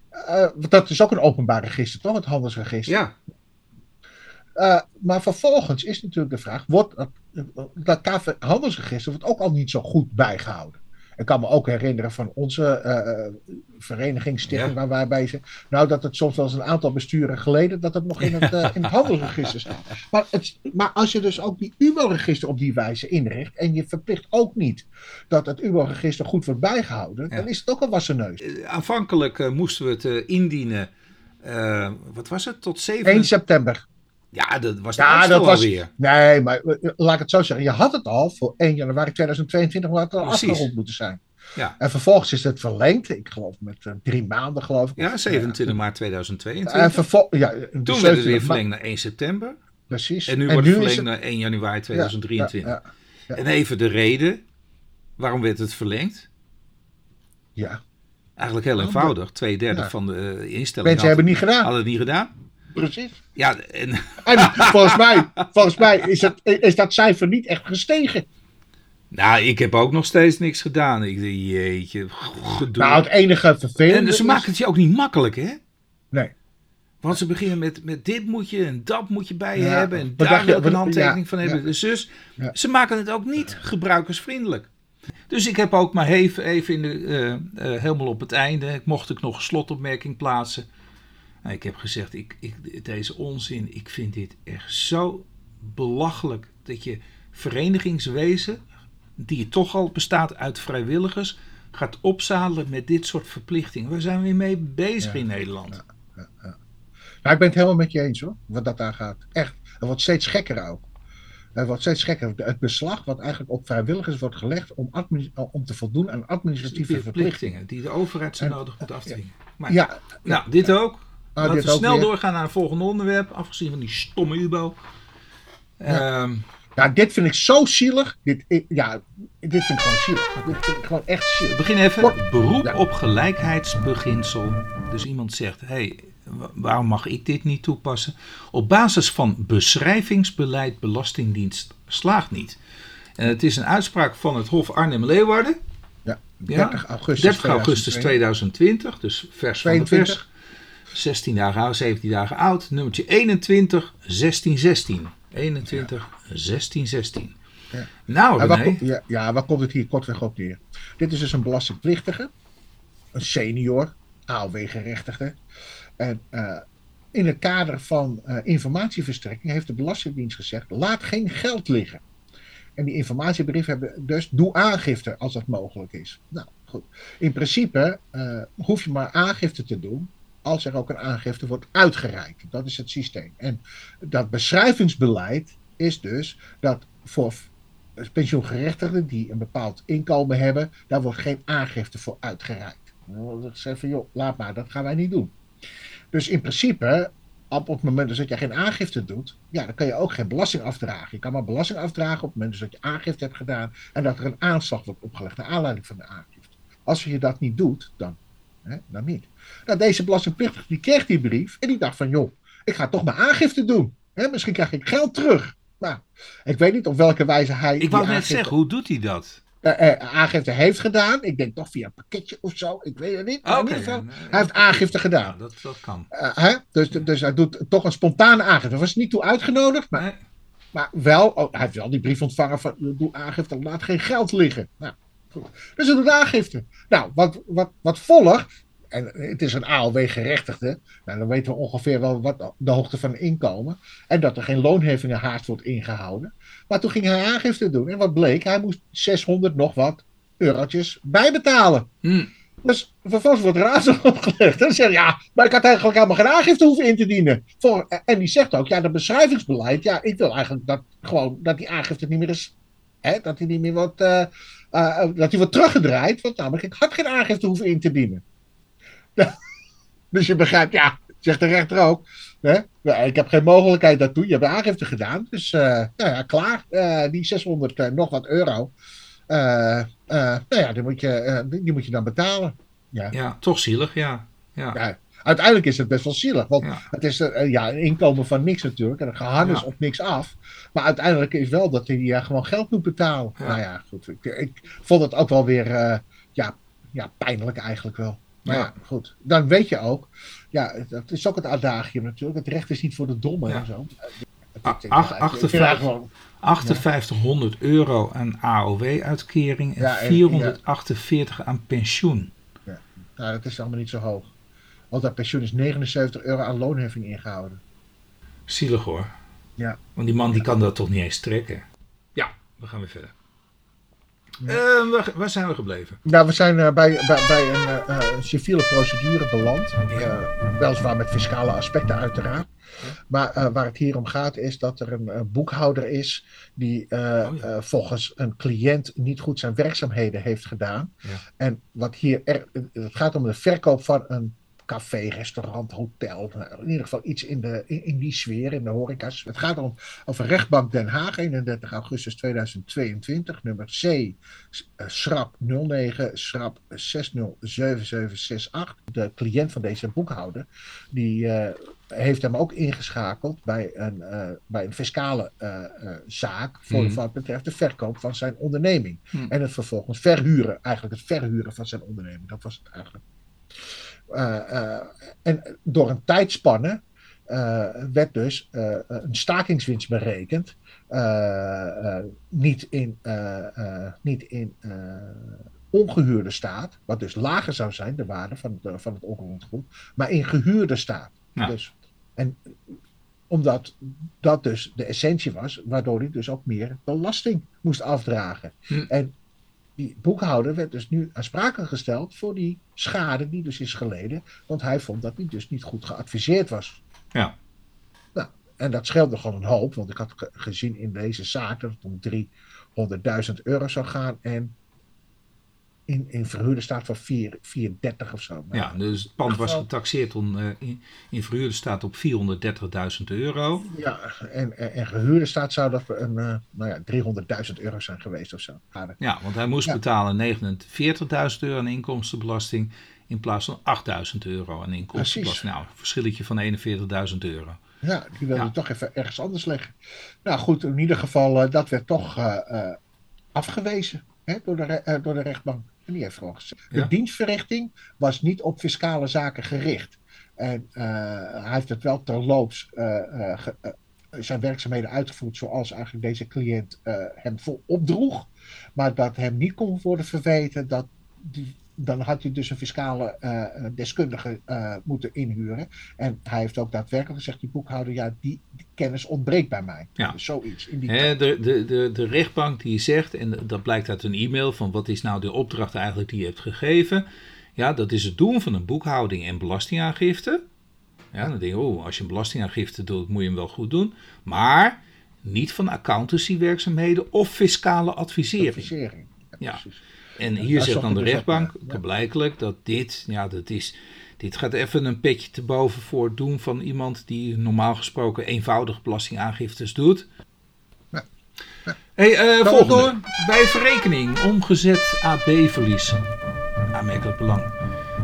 Dat is ook een openbaar register, toch? Het handelsregister. Ja. Maar vervolgens is natuurlijk de vraag, wordt dat handelsregister wordt ook al niet zo goed bijgehouden. Ik kan me ook herinneren van onze verenigingsstichting waar wij bij zijn. Nou, dat het soms wel eens een aantal besturen geleden dat het nog in het handelsregister staat. Maar als je dus ook die UBO-register op die wijze inricht en je verplicht ook niet dat het UBO-register goed wordt bijgehouden, dan is het ook een wassen neus. Aanvankelijk moesten we het indienen, wat was het, tot 1 september. Ja, dat was alweer. Nee, maar laat ik het zo zeggen. Je had het al voor 1 januari 2022, maar het al afgerond moeten zijn. Ja. En vervolgens is het verlengd, ik geloof met 3 maanden, geloof ik. Ja, 27 maart 2022. Toen werd het weer verlengd naar 1 september. Precies. En nu wordt het verlengd naar 1 januari 2023. Ja. En even de reden, waarom werd het verlengd? Ja. Eigenlijk heel eenvoudig. 2/3 van de instellingen mensen hebben het niet gedaan. Hadden het niet gedaan. Precies. Ja, en volgens mij is dat cijfer niet echt gestegen. Nou, ik heb ook nog steeds niks gedaan. Jeetje, gedoe. Nou, het enige vervelende En ze maken het je ook niet makkelijk, hè? Nee. Want ze beginnen met dit moet je en dat moet je bij je hebben. En daar wil ik een handtekening van hebben. Dus ze maken het ook niet gebruikersvriendelijk. Dus ik heb ook maar even in helemaal op het einde, mocht ik nog een slotopmerking plaatsen. Nou, ik heb gezegd, deze onzin, ik vind dit echt zo belachelijk dat je verenigingswezen, die toch al bestaat uit vrijwilligers, gaat opzadelen met dit soort verplichtingen. Waar zijn we mee bezig in Nederland? Ja. Nou, ik ben het helemaal met je eens hoor, wat dat daar gaat. Echt, het wordt steeds gekker ook. Het wordt steeds gekker. Het beslag wat eigenlijk op vrijwilligers wordt gelegd om te voldoen aan administratieve verplichtingen. Die de overheid zo nodig moet afdwingen. Maar, dit ook. Laten we snel doorgaan naar een volgende onderwerp, afgezien van die stomme UBO. Dit vind ik zo zielig. Dit vind ik gewoon zielig. Dit vind ik gewoon echt zielig. We beginnen even. Beroep op gelijkheidsbeginsel. Dus iemand zegt, waarom mag ik dit niet toepassen? Op basis van beschrijvingsbeleid Belastingdienst slaagt niet. En het is een uitspraak van het Hof Arnhem-Leeuwarden. Ja, 30 augustus 2020. Dus vers van de vers. 16 dagen oud, 17 dagen oud. Nummertje 21, 16, 16. 21, 16, 16. Ja. Nou, waar komt het hier kortweg op neer? Dit is dus een belastingplichtige. Een senior. AOW-gerechtigde. En in het kader van informatieverstrekking heeft de Belastingdienst gezegd, laat geen geld liggen. En die informatiebrief hebben dus, doe aangifte als dat mogelijk is. Nou, goed. In principe hoef je maar aangifte te doen als er ook een aangifte wordt uitgereikt. Dat is het systeem. En dat beschrijvingsbeleid is dus dat voor pensioengerechtigden die een bepaald inkomen hebben, daar wordt geen aangifte voor uitgereikt. Dan zeggen van, joh, laat maar, dat gaan wij niet doen. Dus in principe, op het moment dat je geen aangifte doet, dan kan je ook geen belasting afdragen. Je kan maar belasting afdragen op het moment dat je aangifte hebt gedaan en dat er een aanslag wordt opgelegd naar aanleiding van de aangifte. Als je dat niet doet, dan niet. Nou, deze belastingplichtige die kreeg die brief en die dacht van, joh, ik ga toch mijn aangifte doen. Misschien krijg ik geld terug. Nou, ik weet niet op welke wijze hij... Ik wou net zeggen, hoe doet hij dat? Aangifte heeft gedaan. Ik denk toch via een pakketje of zo. Ik weet het niet. Maar in ieder geval, hij heeft aangifte gedaan. Ja, dat kan. Dus hij doet toch een spontane aangifte. Hij was niet toe uitgenodigd. Maar wel, hij heeft wel die brief ontvangen van, doe aangifte, laat geen geld liggen. Nou, goed. Dus hij doet aangifte. Nou, wat volgt, en het is een AOW-gerechtigde, nou, dan weten we ongeveer wel wat de hoogte van inkomen. En dat er geen loonheffingen haast wordt ingehouden. Maar toen ging hij aangifte doen. En wat bleek? Hij moest 600 nog wat eurotjes bijbetalen. Dus vervolgens wordt er aanslag opgelegd. En dan zegt hij, maar ik had eigenlijk helemaal geen aangifte hoeven in te dienen. En die zegt ook, dat beschrijvingsbeleid, ik wil eigenlijk dat die aangifte niet meer is, dat hij niet meer wordt, dat hij wordt teruggedraaid. Want namelijk, ik had geen aangifte hoeven in te dienen. Dus je begrijpt, zegt de rechter ook. Ik heb geen mogelijkheid daartoe. Je hebt aangifte gedaan. Dus klaar. Die 600 nog wat euro. Die moet je dan betalen. Ja, toch zielig, ja. Uiteindelijk is het best wel zielig. Want het is een inkomen van niks natuurlijk. En een gehannes op niks af. Maar uiteindelijk is wel dat hij gewoon geld moet betalen. Ja. Nou ja, goed. Ik vond het ook wel weer pijnlijk eigenlijk wel. Maar goed. Dan weet je ook. Ja, dat is ook het adagium natuurlijk. Het recht is niet voor de domme en zo. 5800 euro aan AOW-uitkering en 448 aan pensioen. Ja. Nou, dat is allemaal niet zo hoog. Want dat pensioen is 79 euro aan loonheffing ingehouden. Zielig hoor. Ja. Want die man die kan dat toch niet eens trekken. Ja, we gaan weer verder. Waar zijn we gebleven? Nou, we zijn bij een civiele procedure beland. Weliswaar met fiscale aspecten uiteraard. Maar waar het hier om gaat is dat er een boekhouder is die volgens een cliënt niet goed zijn werkzaamheden heeft gedaan. Ja. En het gaat om de verkoop van een café, restaurant, hotel. In ieder geval iets in die sfeer, in de horeca's. Het gaat over rechtbank Den Haag, 31 augustus 2022, nummer C, schrap 09, schrap 607768. De cliënt van deze boekhouder, die heeft hem ook ingeschakeld bij een fiscale zaak voor wat betreft de verkoop van zijn onderneming. En het vervolgens verhuren van zijn onderneming. Dat was het eigenlijk. En door een tijdspanne werd dus een stakingswinst berekend. Niet in ongehuurde staat, wat dus lager zou zijn, de waarde van het onroerend goed, maar in gehuurde staat. Ja. Dus, en omdat dat dus de essentie was, waardoor hij dus ook meer belasting moest afdragen. En die boekhouder werd dus nu aansprakelijk gesteld voor die schade die dus is geleden, want hij vond dat hij dus niet goed geadviseerd was. Ja. Nou, en dat scheelde gewoon een hoop, want ik had gezien in deze zaak dat het om €300.000 zou gaan en in verhuurde staat van 430 of zo. Ja, dus het pand was getaxeerd in verhuurde staat op €430.000. Ja, en gehuurde staat zou dat €300.000 zijn geweest of zo. Ja, want hij moest betalen €49.000 aan inkomstenbelasting in plaats van €8.000 aan inkomstenbelasting. Nou, een verschilletje van €41.000. Ja, die wilde toch even ergens anders leggen. Nou goed, in ieder geval, dat werd toch afgewezen door de rechtbank. En die heeft gewoon gezegd. De dienstverrichting was niet op fiscale zaken gericht. En hij heeft het wel terloops zijn werkzaamheden uitgevoerd zoals eigenlijk deze cliënt hem opdroeg. Maar dat hem niet kon worden verweten dat dan had hij dus een fiscale deskundige moeten inhuren. En hij heeft ook daadwerkelijk gezegd, die boekhouder, ja, die kennis ontbreekt bij mij. Ja. Dus zoiets. In die de rechtbank die zegt, en dat blijkt uit een e-mail, van wat is nou de opdracht eigenlijk die je hebt gegeven. Ja, dat is het doen van een boekhouding en belastingaangifte. Ja, dan denk je, als je een belastingaangifte doet, moet je hem wel goed doen. Maar niet van accountancywerkzaamheden of fiscale advisering. Ja, precies. En hier zegt dan de rechtbank, blijkelijk, dat dit gaat even een petje te boven voor het doen van iemand die normaal gesproken eenvoudig belastingaangiftes doet. Ja. Volgende. Bij verrekening omgezet AB-verlies. Aanmerkelijk belang.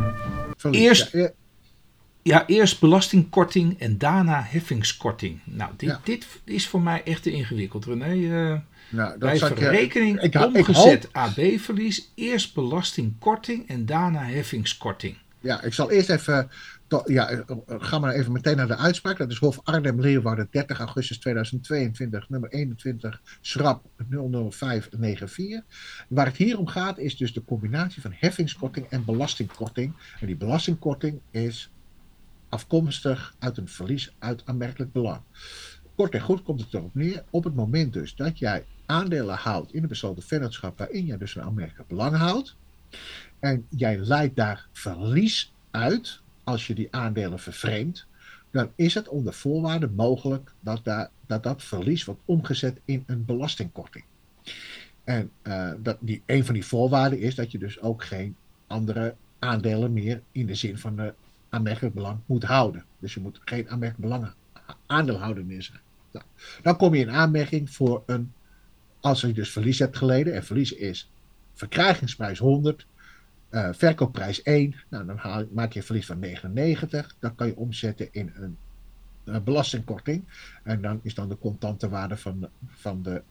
Eerst belastingkorting en daarna heffingskorting. Nou, dit is voor mij echt te ingewikkeld, René. Bij verrekening omgezet AB-verlies, eerst belastingkorting en daarna heffingskorting. Ja, ik zal eerst even, ga maar even meteen naar de uitspraak. Dat is Hof Arnhem-Leeuwarden, 30 augustus 2022, nummer 21, schrap 00594. Waar het hier om gaat is dus de combinatie van heffingskorting en belastingkorting. En die belastingkorting is afkomstig uit een verlies uit aanmerkelijk belang. Kort en goed komt het erop neer, op het moment dus dat jij aandelen houdt in een besloten vennootschap waarin jij dus een aanmerkelijk belang houdt en jij leidt daar verlies uit als je die aandelen vervreemdt, dan is het onder voorwaarden mogelijk dat verlies wordt omgezet in een belastingkorting. En een van die voorwaarden is dat je dus ook geen andere aandelen meer in de zin van de aanmerkelijk belang moet houden. Dus je moet geen aanmerkelijk belang aandeelhouder meer zijn. Nou, dan kom je in aanmerking voor als je dus verlies hebt geleden, en verlies is verkrijgingsprijs 100, verkoopprijs 1, nou, dan maak je een verlies van 99, dat kan je omzetten in een belastingkorting. En dan is dan de contante waarde van de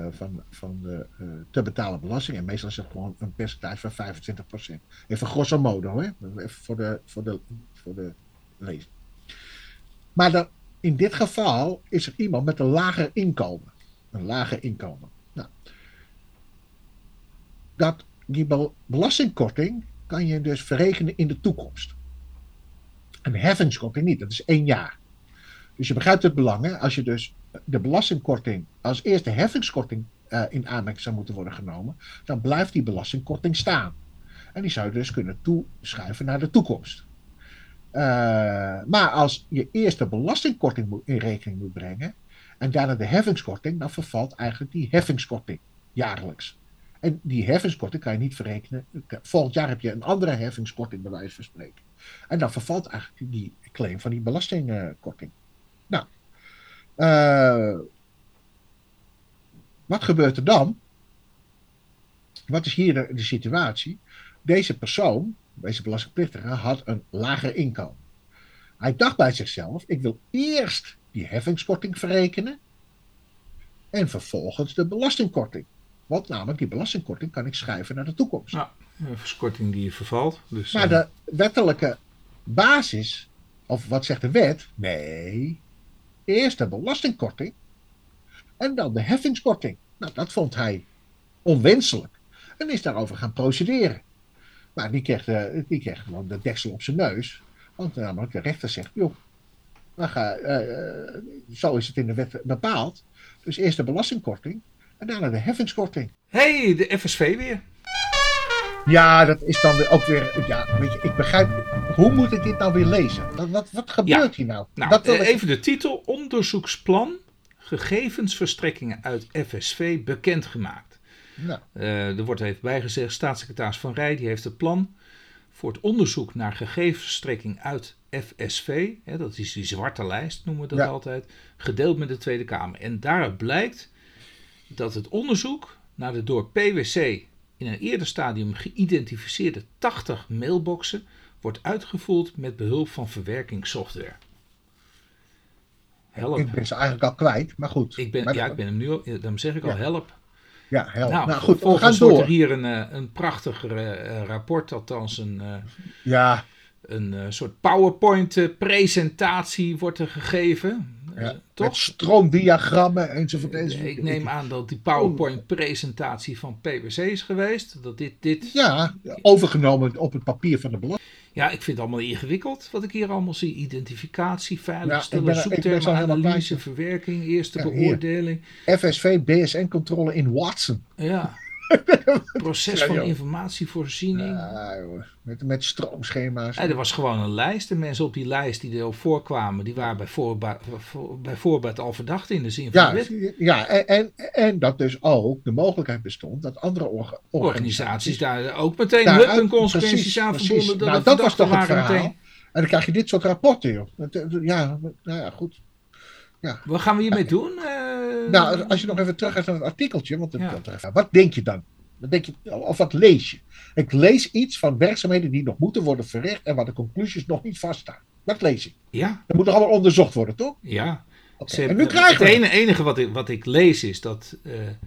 te betalen belasting. En meestal is het gewoon een percentage van 25%. Even grosso modo, hoor. Even voor de lezing. Maar dan, in dit geval is er iemand met een lager inkomen. Een lager inkomen. Nou, die belastingkorting kan je dus verrekenen in de toekomst. Een heffingskorting niet, dat is 1 jaar. Dus je begrijpt het belang, hè? Als je dus de belastingkorting als eerste heffingskorting in aanmerking zou moeten worden genomen, dan blijft die belastingkorting staan. En die zou je dus kunnen toeschuiven naar de toekomst. Maar als je eerst de belastingkorting in rekening moet brengen en daarna de heffingskorting, dan vervalt eigenlijk die heffingskorting jaarlijks. En die heffingskorting kan je niet verrekenen. Volgend jaar heb je een andere heffingskorting bij wijze van spreken. En dan vervalt eigenlijk die claim van die belastingkorting. Nou, wat gebeurt er dan? Wat is hier de situatie? Deze persoon, deze belastingplichtige, had een lager inkomen. Hij dacht bij zichzelf, ik wil eerst die heffingskorting verrekenen en vervolgens de belastingkorting. Want namelijk die belastingkorting kan ik schuiven naar de toekomst. Ja, een verschorting die vervalt. Dus, maar de wettelijke basis, of wat zegt de wet? Nee, eerst de belastingkorting en dan de heffingskorting. Nou, dat vond hij onwenselijk en is daarover gaan procederen. Maar die kreeg gewoon de deksel op zijn neus. Want namelijk de rechter zegt, joh, Zo is het in de wet bepaald. Dus eerst de belastingkorting en daarna de heffingskorting. Hey, de FSV weer. Ja, dat is dan weer ook weer... Ja, weet je, ik begrijp... Hoe moet ik dit nou weer lezen? Wat gebeurt hier nou? Even de titel. Onderzoeksplan gegevensverstrekkingen uit FSV bekendgemaakt. Nou. Er wordt even bijgezegd, staatssecretaris Van Rij die heeft het plan voor het onderzoek naar gegevensverstrekking uit FSV, dat is die zwarte lijst noemen we dat altijd, gedeeld met de Tweede Kamer. En daaruit blijkt dat het onderzoek naar de door PwC in een eerder stadium geïdentificeerde 80 mailboxen wordt uitgevoerd met behulp van verwerkingssoftware. Help. Ik ben ze eigenlijk al kwijt, maar goed. Ik ben hem nu al, dan zeg ik al help. Ja, help. Nou goed, we gaan wordt door. er hier een prachtig rapport, althans een soort PowerPoint-presentatie wordt er gegeven. Toch? Met stroomdiagrammen enzovoort. Ik neem aan dat die PowerPoint-presentatie van PwC is geweest. Dat dit... Ja, overgenomen op het papier van de belasting. Ja, ik vind het allemaal ingewikkeld wat ik hier allemaal zie. Identificatie, veiligstellen, zoektermen, analyse, verwerking, eerste beoordeling. FSV, BSN-controle in Watson. Ja. Proces van informatievoorziening. Ja, met stroomschema's. Er was gewoon een lijst. De mensen op die lijst die erop voorkwamen, die waren bij voorbaat al verdacht in de zin van de wet. Ja, en dat dus ook de mogelijkheid bestond dat andere organisaties daar ook meteen een consequenties aan verbonden. Dat was toch het verhaal. Meteen. En dan krijg je dit soort rapporten, joh. Ja, nou ja, goed. Ja. Wat gaan we hiermee doen? Nou, als je nog even terug gaat naar het artikeltje. Want wat denk je dan? Of wat lees je? Ik lees iets van werkzaamheden die nog moeten worden verricht en waar de conclusies nog niet vaststaan. Dat lees ik. Ja. Dat moet toch allemaal onderzocht worden, toch? Ja. Okay. En nu krijgen we het enige wat ik lees is dat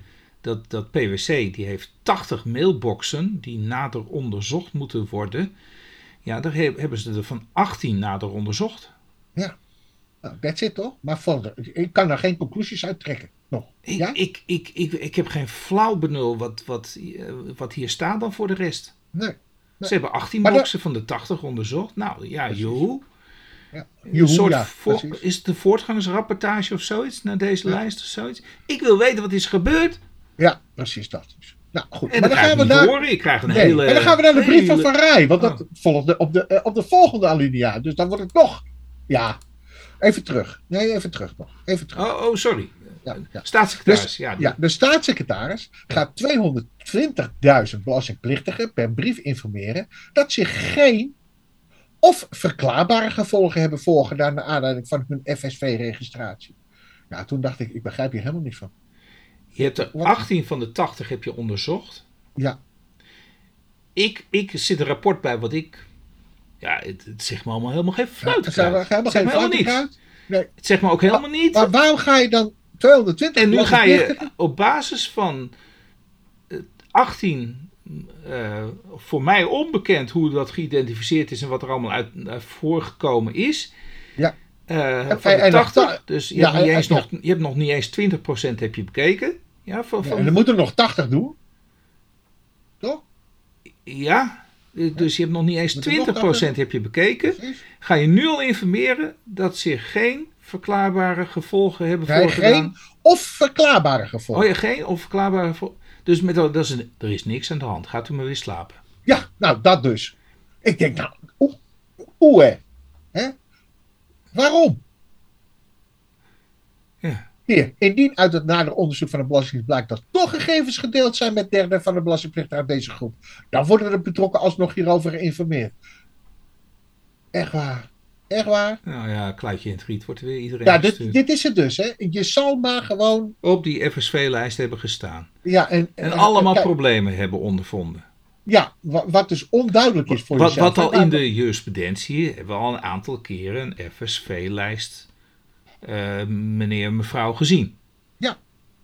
PwC die heeft 80 mailboxen die nader onderzocht moeten worden. Ja, daar hebben ze er van 18 nader onderzocht. Ja. That's it toch? Maar ik kan daar geen conclusies uit trekken. Nog. Ja? Ik heb geen flauw benul wat hier staat dan voor de rest. Nee. Ze hebben 18 boxen van de 80 onderzocht. Nou ja, joehoe. Ja. Is het de voortgangsrapportage of zoiets naar deze lijst of zoiets? Ik wil weten wat is gebeurd. Ja, precies dat. Nou, goed. En dan gaan we niet horen. Ik krijg een hele... En dan gaan we naar de brief van Van Rij. Want dat volgt op de volgende alinea. Dus dan wordt het nog... Ja... Even terug. Nee, even terug nog. Even terug. Oh, sorry. Ja. Staatssecretaris. Dus, de staatssecretaris gaat 220.000 belastingplichtigen per brief informeren dat zich geen of verklaarbare gevolgen hebben voorgedaan naar aanleiding van hun FSV-registratie. Ja, toen dacht ik begrijp hier helemaal niets van. Je hebt er 18 van de 80 heb je onderzocht. Ja. Ik zit een rapport bij wat ik... Ja, het zegt me allemaal helemaal geen fluit. Het zegt helemaal niet. Nee. Het zegt me ook helemaal niet. Maar waarom ga je dan 220... En nu ga je op basis van 18... voor mij onbekend hoe dat geïdentificeerd is en wat er allemaal uit voorgekomen is. Ja. Van de 80. Dus je hebt nog niet eens 20% heb je bekeken. Ja, en dan moeten er nog 80 doen. Toch? Ja. Dus je hebt nog niet eens 20% heb je bekeken. Precies. Ga je nu al informeren dat zich geen verklaarbare gevolgen hebben voorgedaan. Geen of verklaarbare gevolgen. Oh ja, geen of verklaarbare gevolgen. Dus er is niks aan de hand. Gaat u maar weer slapen. Ja, nou dat dus. Ik denk nou, hè? Waarom? Ja. Hier, indien uit het nader onderzoek van de Belastingdienst blijkt dat toch gegevens gedeeld zijn met derden van de belastingplichtigen uit deze groep, dan worden de betrokken alsnog hierover geïnformeerd. Echt waar. Echt waar. Nou ja, kluitje in het riet wordt weer iedereen Ja, dit is het dus. Hè. Je zal maar gewoon... op die FSV-lijst hebben gestaan. Ja, en allemaal problemen hebben ondervonden. Ja, wat dus onduidelijk is voor jezelf. Wat al in de jurisprudentie hebben we al een aantal keren een FSV-lijst meneer en mevrouw gezien. Ja.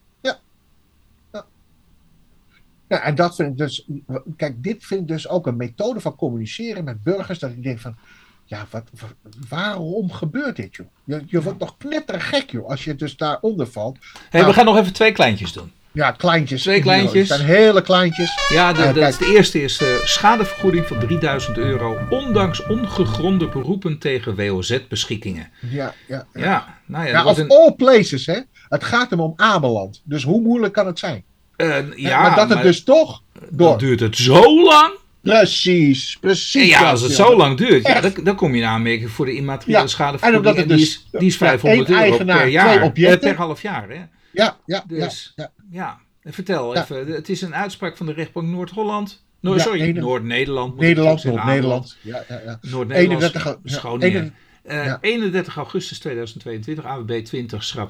Ja, en dat vind ik dus... Kijk, dit vind ik dus ook een methode van communiceren met burgers. Dat ik denk van... Ja, waarom gebeurt dit, joh? Je wordt nog knettergek, joh, als je dus daaronder valt. We gaan nog even 2 kleintjes doen. Ja, kleintjes. 2 kleintjes. Het zijn hele kleintjes. Ja, de eerste is schadevergoeding van €3000, ondanks ongegronde beroepen tegen WOZ-beschikkingen. Ja. Nou ja, Ja, of all places, hè. Het gaat hem om Ameland. Dus hoe moeilijk kan het zijn? Maar dat het dus toch dan duurt het zo lang. Precies. Ja, als het zo lang duurt, dan kom je in aanmerking voor de immateriële schadevergoeding. En omdat het die is €500 per jaar. Per half jaar, hè? Ja. Vertel even, het is een uitspraak van de rechtbank Noord-Holland. Noord-Nederland. Noord-Nederland. Ja. Noord-Nederland. 31 augustus 2022, AWB 20, schrap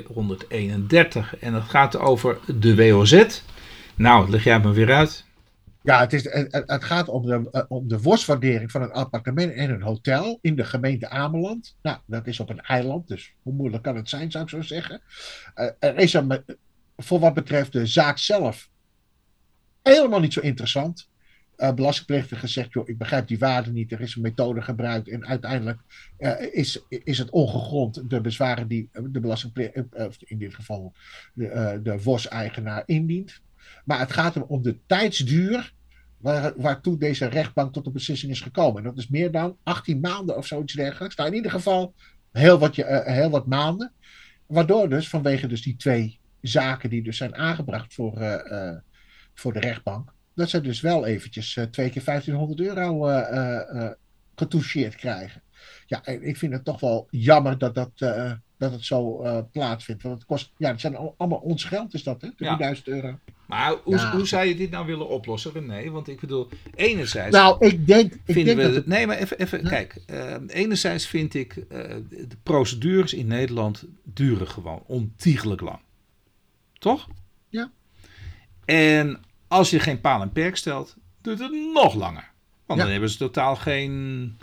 431. En dat gaat over de WOZ. Nou, leg jij het me weer uit. Ja, het gaat om de worstwaardering van een appartement en een hotel in de gemeente Ameland. Nou, dat is op een eiland, dus hoe moeilijk kan het zijn, zou ik zo zeggen. Er is voor wat betreft de zaak zelf helemaal niet zo interessant. Belastingplichtige gezegd, joh, ik begrijp die waarde niet, er is een methode gebruikt en uiteindelijk is het ongegrond de bezwaren die de belastingplichtige, in dit geval de WOS-eigenaar indient. Maar het gaat om de tijdsduur waartoe deze rechtbank tot de beslissing is gekomen. En dat is meer dan 18 maanden of zoiets dergelijks. Nou, in ieder geval heel wat maanden. Waardoor dus vanwege dus die 2 zaken die dus zijn aangebracht voor de rechtbank, dat ze dus wel eventjes 2 keer €1500 getoucheerd krijgen. Ja, en ik vind het toch wel jammer dat het zo plaatsvindt. Want het kost, het zijn allemaal ons geld, is dat, hè? €3000. Maar hoe zou je dit nou willen oplossen, René? Want ik bedoel, enerzijds... Nou, ik denk dat... Nee, maar even kijk. Enerzijds vind ik, de procedures in Nederland duren gewoon ontiegelijk lang. Toch? Ja. En als je geen paal en perk stelt, duurt het nog langer. Want dan hebben ze totaal geen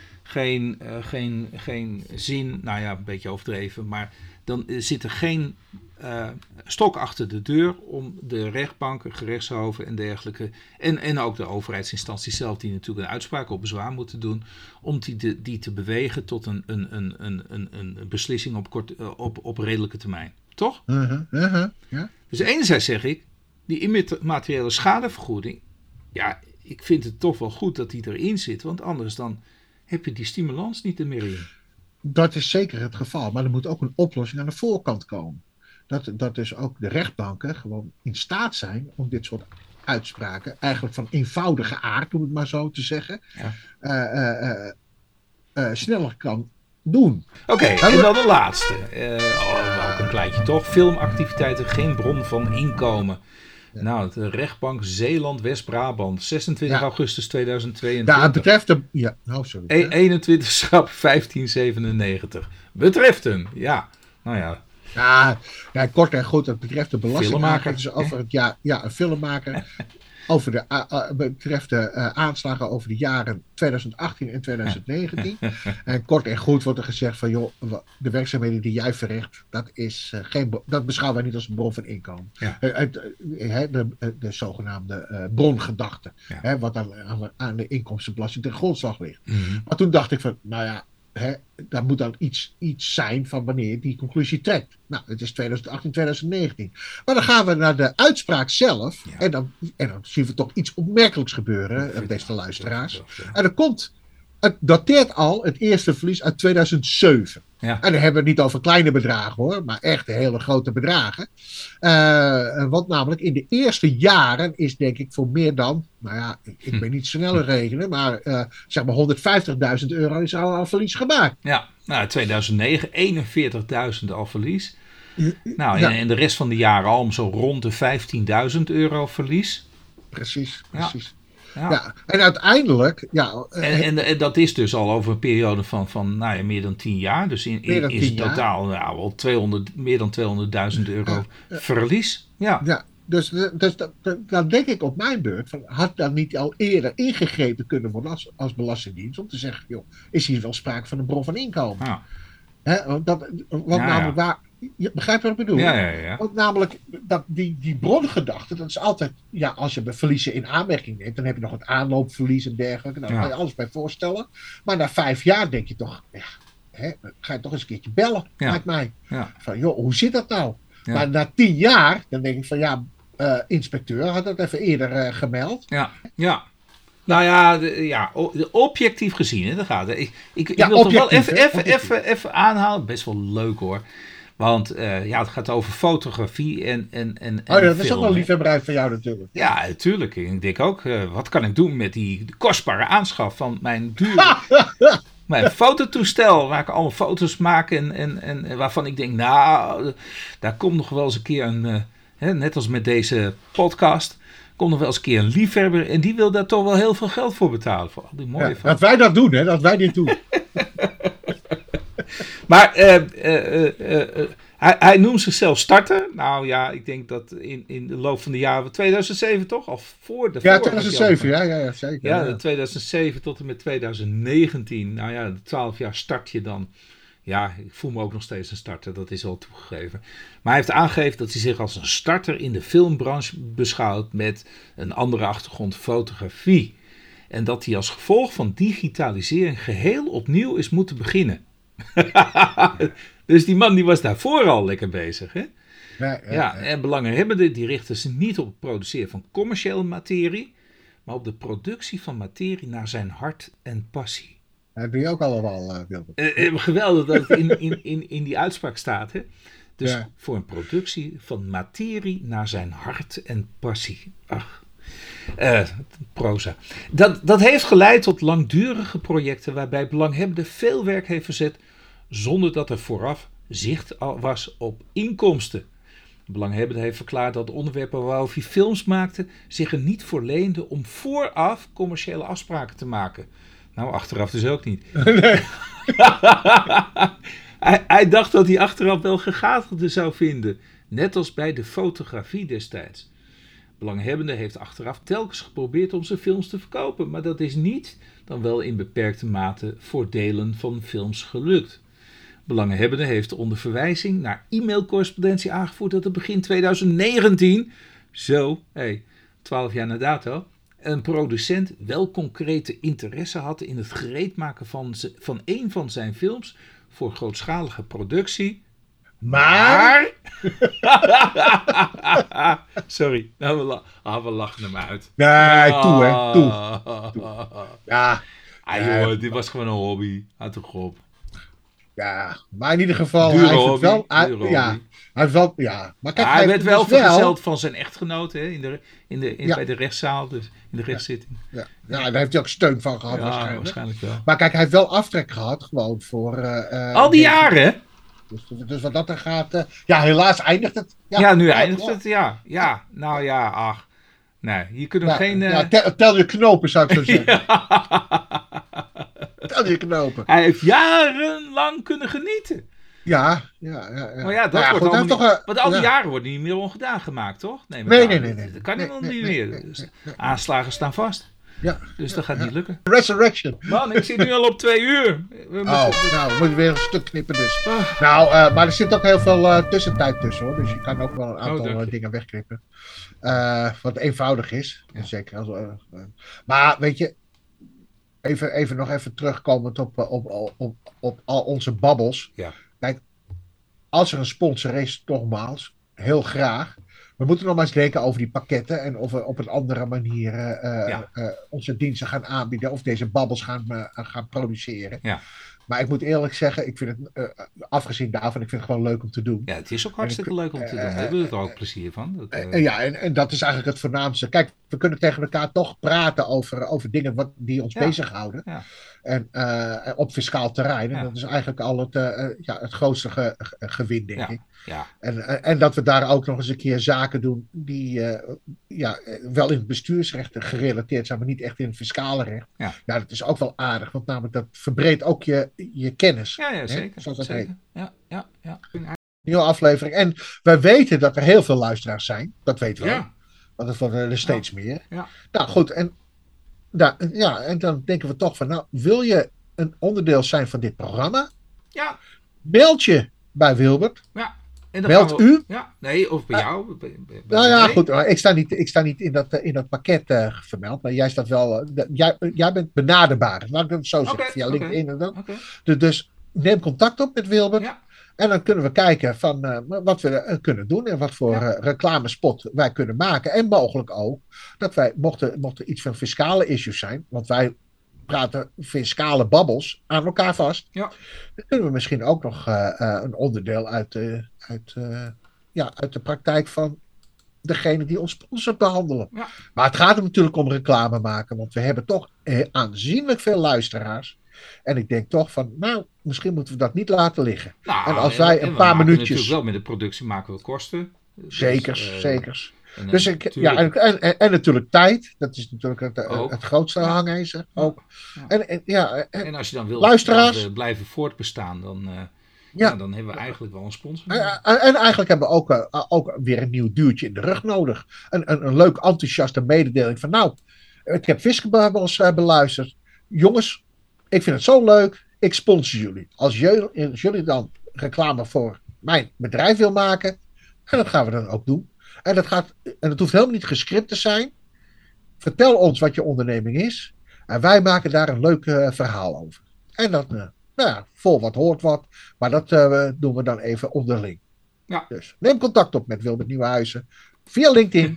zin, nou ja, een beetje overdreven, maar dan zit er geen stok achter de deur om de rechtbanken, gerechtshoven en dergelijke, en ook de overheidsinstanties zelf, die natuurlijk een uitspraak op bezwaar moeten doen, om die te bewegen tot een beslissing op redelijke termijn. Toch? Ja. Dus enerzijds zeg ik, die immateriële schadevergoeding, ja, ik vind het toch wel goed dat die erin zit, want anders dan heb je die stimulans niet er meer in. Dat is zeker het geval, maar er moet ook een oplossing aan de voorkant komen. Dat dus ook de rechtbanken gewoon in staat zijn om dit soort uitspraken, eigenlijk van eenvoudige aard, om het maar zo te zeggen, sneller kan doen. Oké, en dan de laatste. Ook een kleintje toch. Filmactiviteiten, geen bron van inkomen. Ja. Nou, de rechtbank Zeeland-West-Brabant, 26 augustus 2022. Ja, het betreft hem... Ja, sorry. 21 schrap 1597. Betreft hem, ja. Nou ja. Ja, kort en goed, het betreft de belastingmaker. Dus over het jaar... Ja, een filmmaker. Betreft de aanslagen over de jaren 2018 en 2019. En kort en goed wordt er gezegd van, joh, de werkzaamheden die jij verricht, dat beschouwen wij niet als een bron van inkomen. Ja. De zogenaamde brongedachte, wat aan de inkomstenbelasting ten grondslag ligt. Mm-hmm. Maar toen dacht ik van, nou ja, daar moet dan iets zijn van wanneer je die conclusie trekt. Nou, het is 2018, 2019. Maar dan gaan we naar de uitspraak zelf. Ja. En dan zien we toch iets opmerkelijks gebeuren, beste luisteraars. En het dateert al het eerste verlies uit 2007. Ja. En dan hebben we het niet over kleine bedragen hoor, maar echt hele grote bedragen. Want namelijk in de eerste jaren is denk ik voor meer dan, nou ja, ik ben niet sneller rekenen, maar zeg maar €150.000 is al verlies gemaakt. Ja, nou 2009 41.000 al verlies. Nou, en de rest van de jaren al om zo rond de €15.000 verlies. Precies. Ja. Ja, en uiteindelijk... En dat is dus al over een periode van meer dan 10 jaar. Dus in totaal wel meer dan €200.000 verlies. Ja. Dus dan denk ik op mijn beurt, had dan niet al eerder ingegrepen kunnen worden als Belastingdienst, om te zeggen, joh, is hier wel sprake van een bron van inkomen? Ja. Namelijk waar... Je begrijpt wat ik bedoel? Ja. Want namelijk, die brongedachte, dat is altijd... Ja, als je verliezen in aanmerking neemt, dan heb je nog het aanloopverlies en dergelijke. Daar kan je alles bij voorstellen. Maar na 5 jaar denk je toch... ga je toch eens een keertje bellen, lijkt mij. Ja. Van, joh, hoe zit dat nou? Ja. Maar na 10 jaar, dan denk ik van ja, inspecteur had dat even eerder gemeld. Ja. Nou ja, objectief gezien, hè, dat gaat. Ik Ja, wil toch wel objectief, even aanhalen. Best wel leuk hoor. Want het gaat over fotografie en Dat film, is ook wel hè. liefhebberij van jou natuurlijk. Ja, natuurlijk. Ik denk ook, wat kan ik doen met die kostbare aanschaf van mijn dure... Mijn fototoestel, waar ik allemaal foto's maak en waarvan ik denk, nou, daar komt nog wel eens een keer een, net als met deze podcast, komt nog wel eens een keer een liefhebber en die wil daar toch wel heel veel geld voor betalen. Voor al die mooie foto's. Dat wij dat doen, hè? Dat wij dit doen. Maar hij noemt zichzelf starter. Nou ja, ik denk dat in de loop van de jaren 2007 toch? Al voor de Ja, 2007, ja, zeker. Ja, 2007 tot en met 2019. Nou ja, 12 jaar start je dan. Ja, ik voel me ook nog steeds een starter, dat is al toegegeven. Maar hij heeft aangegeven dat hij zich als een starter in de filmbranche beschouwt met een andere achtergrond, fotografie. En dat hij als gevolg van digitalisering geheel opnieuw is moeten beginnen. Dus die man die was daarvoor al lekker bezig, hè? Ja, en belanghebbenden die richten zich niet op het produceren van commerciële materie, maar op de productie van materie naar zijn hart en passie. Dat doe je ook allemaal, Wilbert. Geweldig dat het in die uitspraak staat, hè? Dus Ja. voor een productie van materie naar zijn hart en passie. Ach, proza. Dat heeft geleid tot langdurige projecten waarbij belanghebbende veel werk heeft verzet zonder dat er vooraf zicht was op inkomsten. De belanghebbende heeft verklaard dat de onderwerpen waarover hij films maakte zich er niet voor leenden om vooraf commerciële afspraken te maken. Nou, achteraf dus ook niet. Nee. Hij dacht dat hij achteraf wel gegadigden zou vinden, net als bij de fotografie destijds. Belanghebbende heeft achteraf telkens geprobeerd om zijn films te verkopen, maar dat is niet, dan wel in beperkte mate, voor delen van films gelukt. Belanghebbende heeft onder verwijzing naar e-mailcorrespondentie aangevoerd dat er begin 2019, 12 jaar na dato, een producent wel concrete interesse had in het gereedmaken van een van zijn films voor grootschalige productie. Maar... Sorry, nou, we lachen hem uit. Nee, toe hè, toe. Ja. Joh, dit was gewoon een hobby. Houd toch op. Ja, maar in ieder geval, Dure hij heeft hobby, het wel. dure Ja, hobby. hij heeft wel. Ja, maar kijk, Hij werd wel dus vergezeld van zijn echtgenoot, hè, Ja. bij de rechtszaal, dus in de rechtszitting. Ja, daar heeft hij ook steun van gehad Waarschijnlijk wel. Maar kijk, hij heeft wel aftrek gehad, gewoon voor... Al die jaren, hè? Dus wat dat er gaat... ja, helaas eindigt het. Ja, nu eindigt het, ja. Nou ja, ach. Nee, hier kunnen we geen... tel je knopen, zou ik zo zeggen. Tel je knopen. Hij heeft jarenlang kunnen genieten. Ja. Maar ja, dat wordt allemaal niet... Want al die jaren worden niet meer ongedaan gemaakt, toch? Nee. Dat kan helemaal niet meer. Nee. Dus aanslagen staan vast. Ja. Dus dat gaat niet lukken. Resurrection. Man, ik zit nu al op 2 uur. Nou, we moeten weer een stuk knippen dus. Nou, maar er zit ook heel veel tussentijd tussen hoor. Dus je kan ook wel een aantal dingen wegknippen. Wat eenvoudig is. Ja. Zeker als, maar weet je, even nog even terugkomend op al onze babbels. Ja. Kijk, als er een sponsor is, nogmaals, heel graag. We moeten nog maar eens denken over die pakketten en of we op een andere manier onze diensten gaan aanbieden of deze babbels gaan produceren. Ja. Maar ik moet eerlijk zeggen, ik vind het, afgezien daarvan, ik vind het gewoon leuk om te doen. Ja, het is ook hartstikke leuk om te doen. We hebben er ook plezier van. En dat is eigenlijk het voornaamste. Kijk, we kunnen tegen elkaar toch praten over dingen die ons bezighouden. Ja. En op fiscaal terrein. En dat is eigenlijk al het grootste gewin, denk ik. Ja. En dat we daar ook nog eens een keer zaken doen die wel in het bestuursrecht gerelateerd zijn, maar niet echt in het fiscale recht. Ja, dat is ook wel aardig, want namelijk dat verbreedt ook je kennis. Ja, zeker. Zoals dat zeker. heet. Ja. Nieuwe aflevering. En wij weten dat er heel veel luisteraars zijn. Dat weten we. Ja. Want het worden er steeds meer. Ja. Nou goed, en dan denken we toch van, nou, wil je een onderdeel zijn van dit programma? Ja. Meld je bij Wilbert. Ja. En dan meld u? Ja, nee, of bij jou. Nou ja, goed. Maar ik sta niet in dat pakket vermeld. Maar jij staat wel. Jij bent benaderbaar. Laat ik het zo zeggen. Via LinkedIn en dan. Dus neem contact op met Wilbert. En dan kunnen we kijken van wat we kunnen doen en wat voor reclamespot wij kunnen maken. En mogelijk ook dat wij, mochten iets van fiscale issues zijn, want wij praten fiscale babbels aan elkaar vast. Ja. Dan kunnen we misschien ook nog een onderdeel uit de praktijk van degene die ons sponsort behandelen. Ja. Maar het gaat er natuurlijk om reclame maken, want we hebben toch aanzienlijk veel luisteraars. En ik denk toch van, misschien moeten we dat niet laten liggen. Nou, en als wij een paar minuutjes... natuurlijk wel met de productie maken we kosten. Zekers. En dus en natuurlijk tijd. Dat is natuurlijk het grootste hangijzer. Ook. Ja. En als je dan wil luisteraars, blijven voortbestaan, dan hebben we eigenlijk wel een sponsor. En eigenlijk hebben we ook weer een nieuw duwtje in de rug nodig. Een leuk enthousiaste mededeling van, ik heb Fiskebabbels beluisterd. Jongens, ik vind het zo leuk. Ik sponsor jullie. Als jullie dan reclame voor mijn bedrijf wil maken, en dat gaan we dan ook doen. En het hoeft helemaal niet gescript te zijn. Vertel ons wat je onderneming is. En wij maken daar een leuk verhaal over. En dat, vol wat hoort wat. Maar dat doen we dan even onderling. Ja. Dus neem contact op met Wilbert Nieuwenhuizen. Via LinkedIn.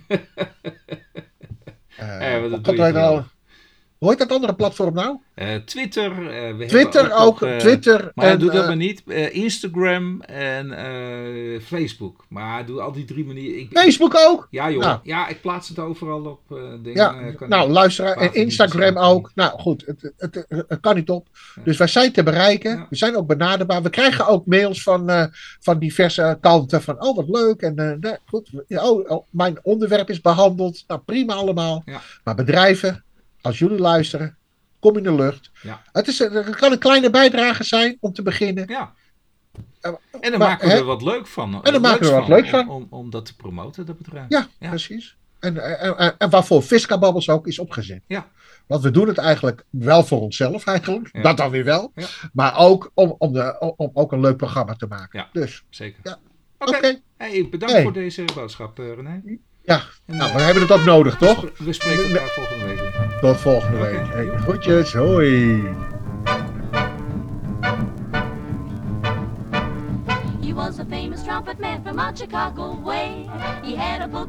Hoe heet dat andere platform nou? Twitter. Twitter ook. Twitter. Maar doe dat maar niet. Instagram en Facebook. Maar doe al die 3 manieren. Facebook ook? Ja joh. Nou. Ja, ik plaats het overal op dingen. Luisteraar. En Instagram ook. Nou goed, het kan niet op. Ja. Dus wij zijn te bereiken. Ja. We zijn ook benaderbaar. We krijgen ook mails van diverse kanten. Van wat leuk. En goed. Mijn onderwerp is behandeld. Nou prima allemaal. Ja. Maar bedrijven... Als jullie luisteren, kom in de lucht. Ja. Het kan een kleine bijdrage zijn om te beginnen. Ja. En dan maken we er wat leuk van. En dan maken we er wat leuk van. Om dat te promoten, dat bedrijf. Ja, precies. En waarvoor Fiscababbels ook is opgezet. Ja. Want we doen het eigenlijk wel voor onszelf eigenlijk. Ja. Dat dan weer wel. Ja. Maar ook om ook een leuk programma te maken. Ja, dus. Zeker. Ja. Oké. Hey, bedankt voor deze boodschap, René. Ja, we hebben het ook nodig, toch? We spreken elkaar volgende week weer. Tot volgende week. Hey, groetjes, hoi. He was a famous trumpet man from out Chicago way. He had a book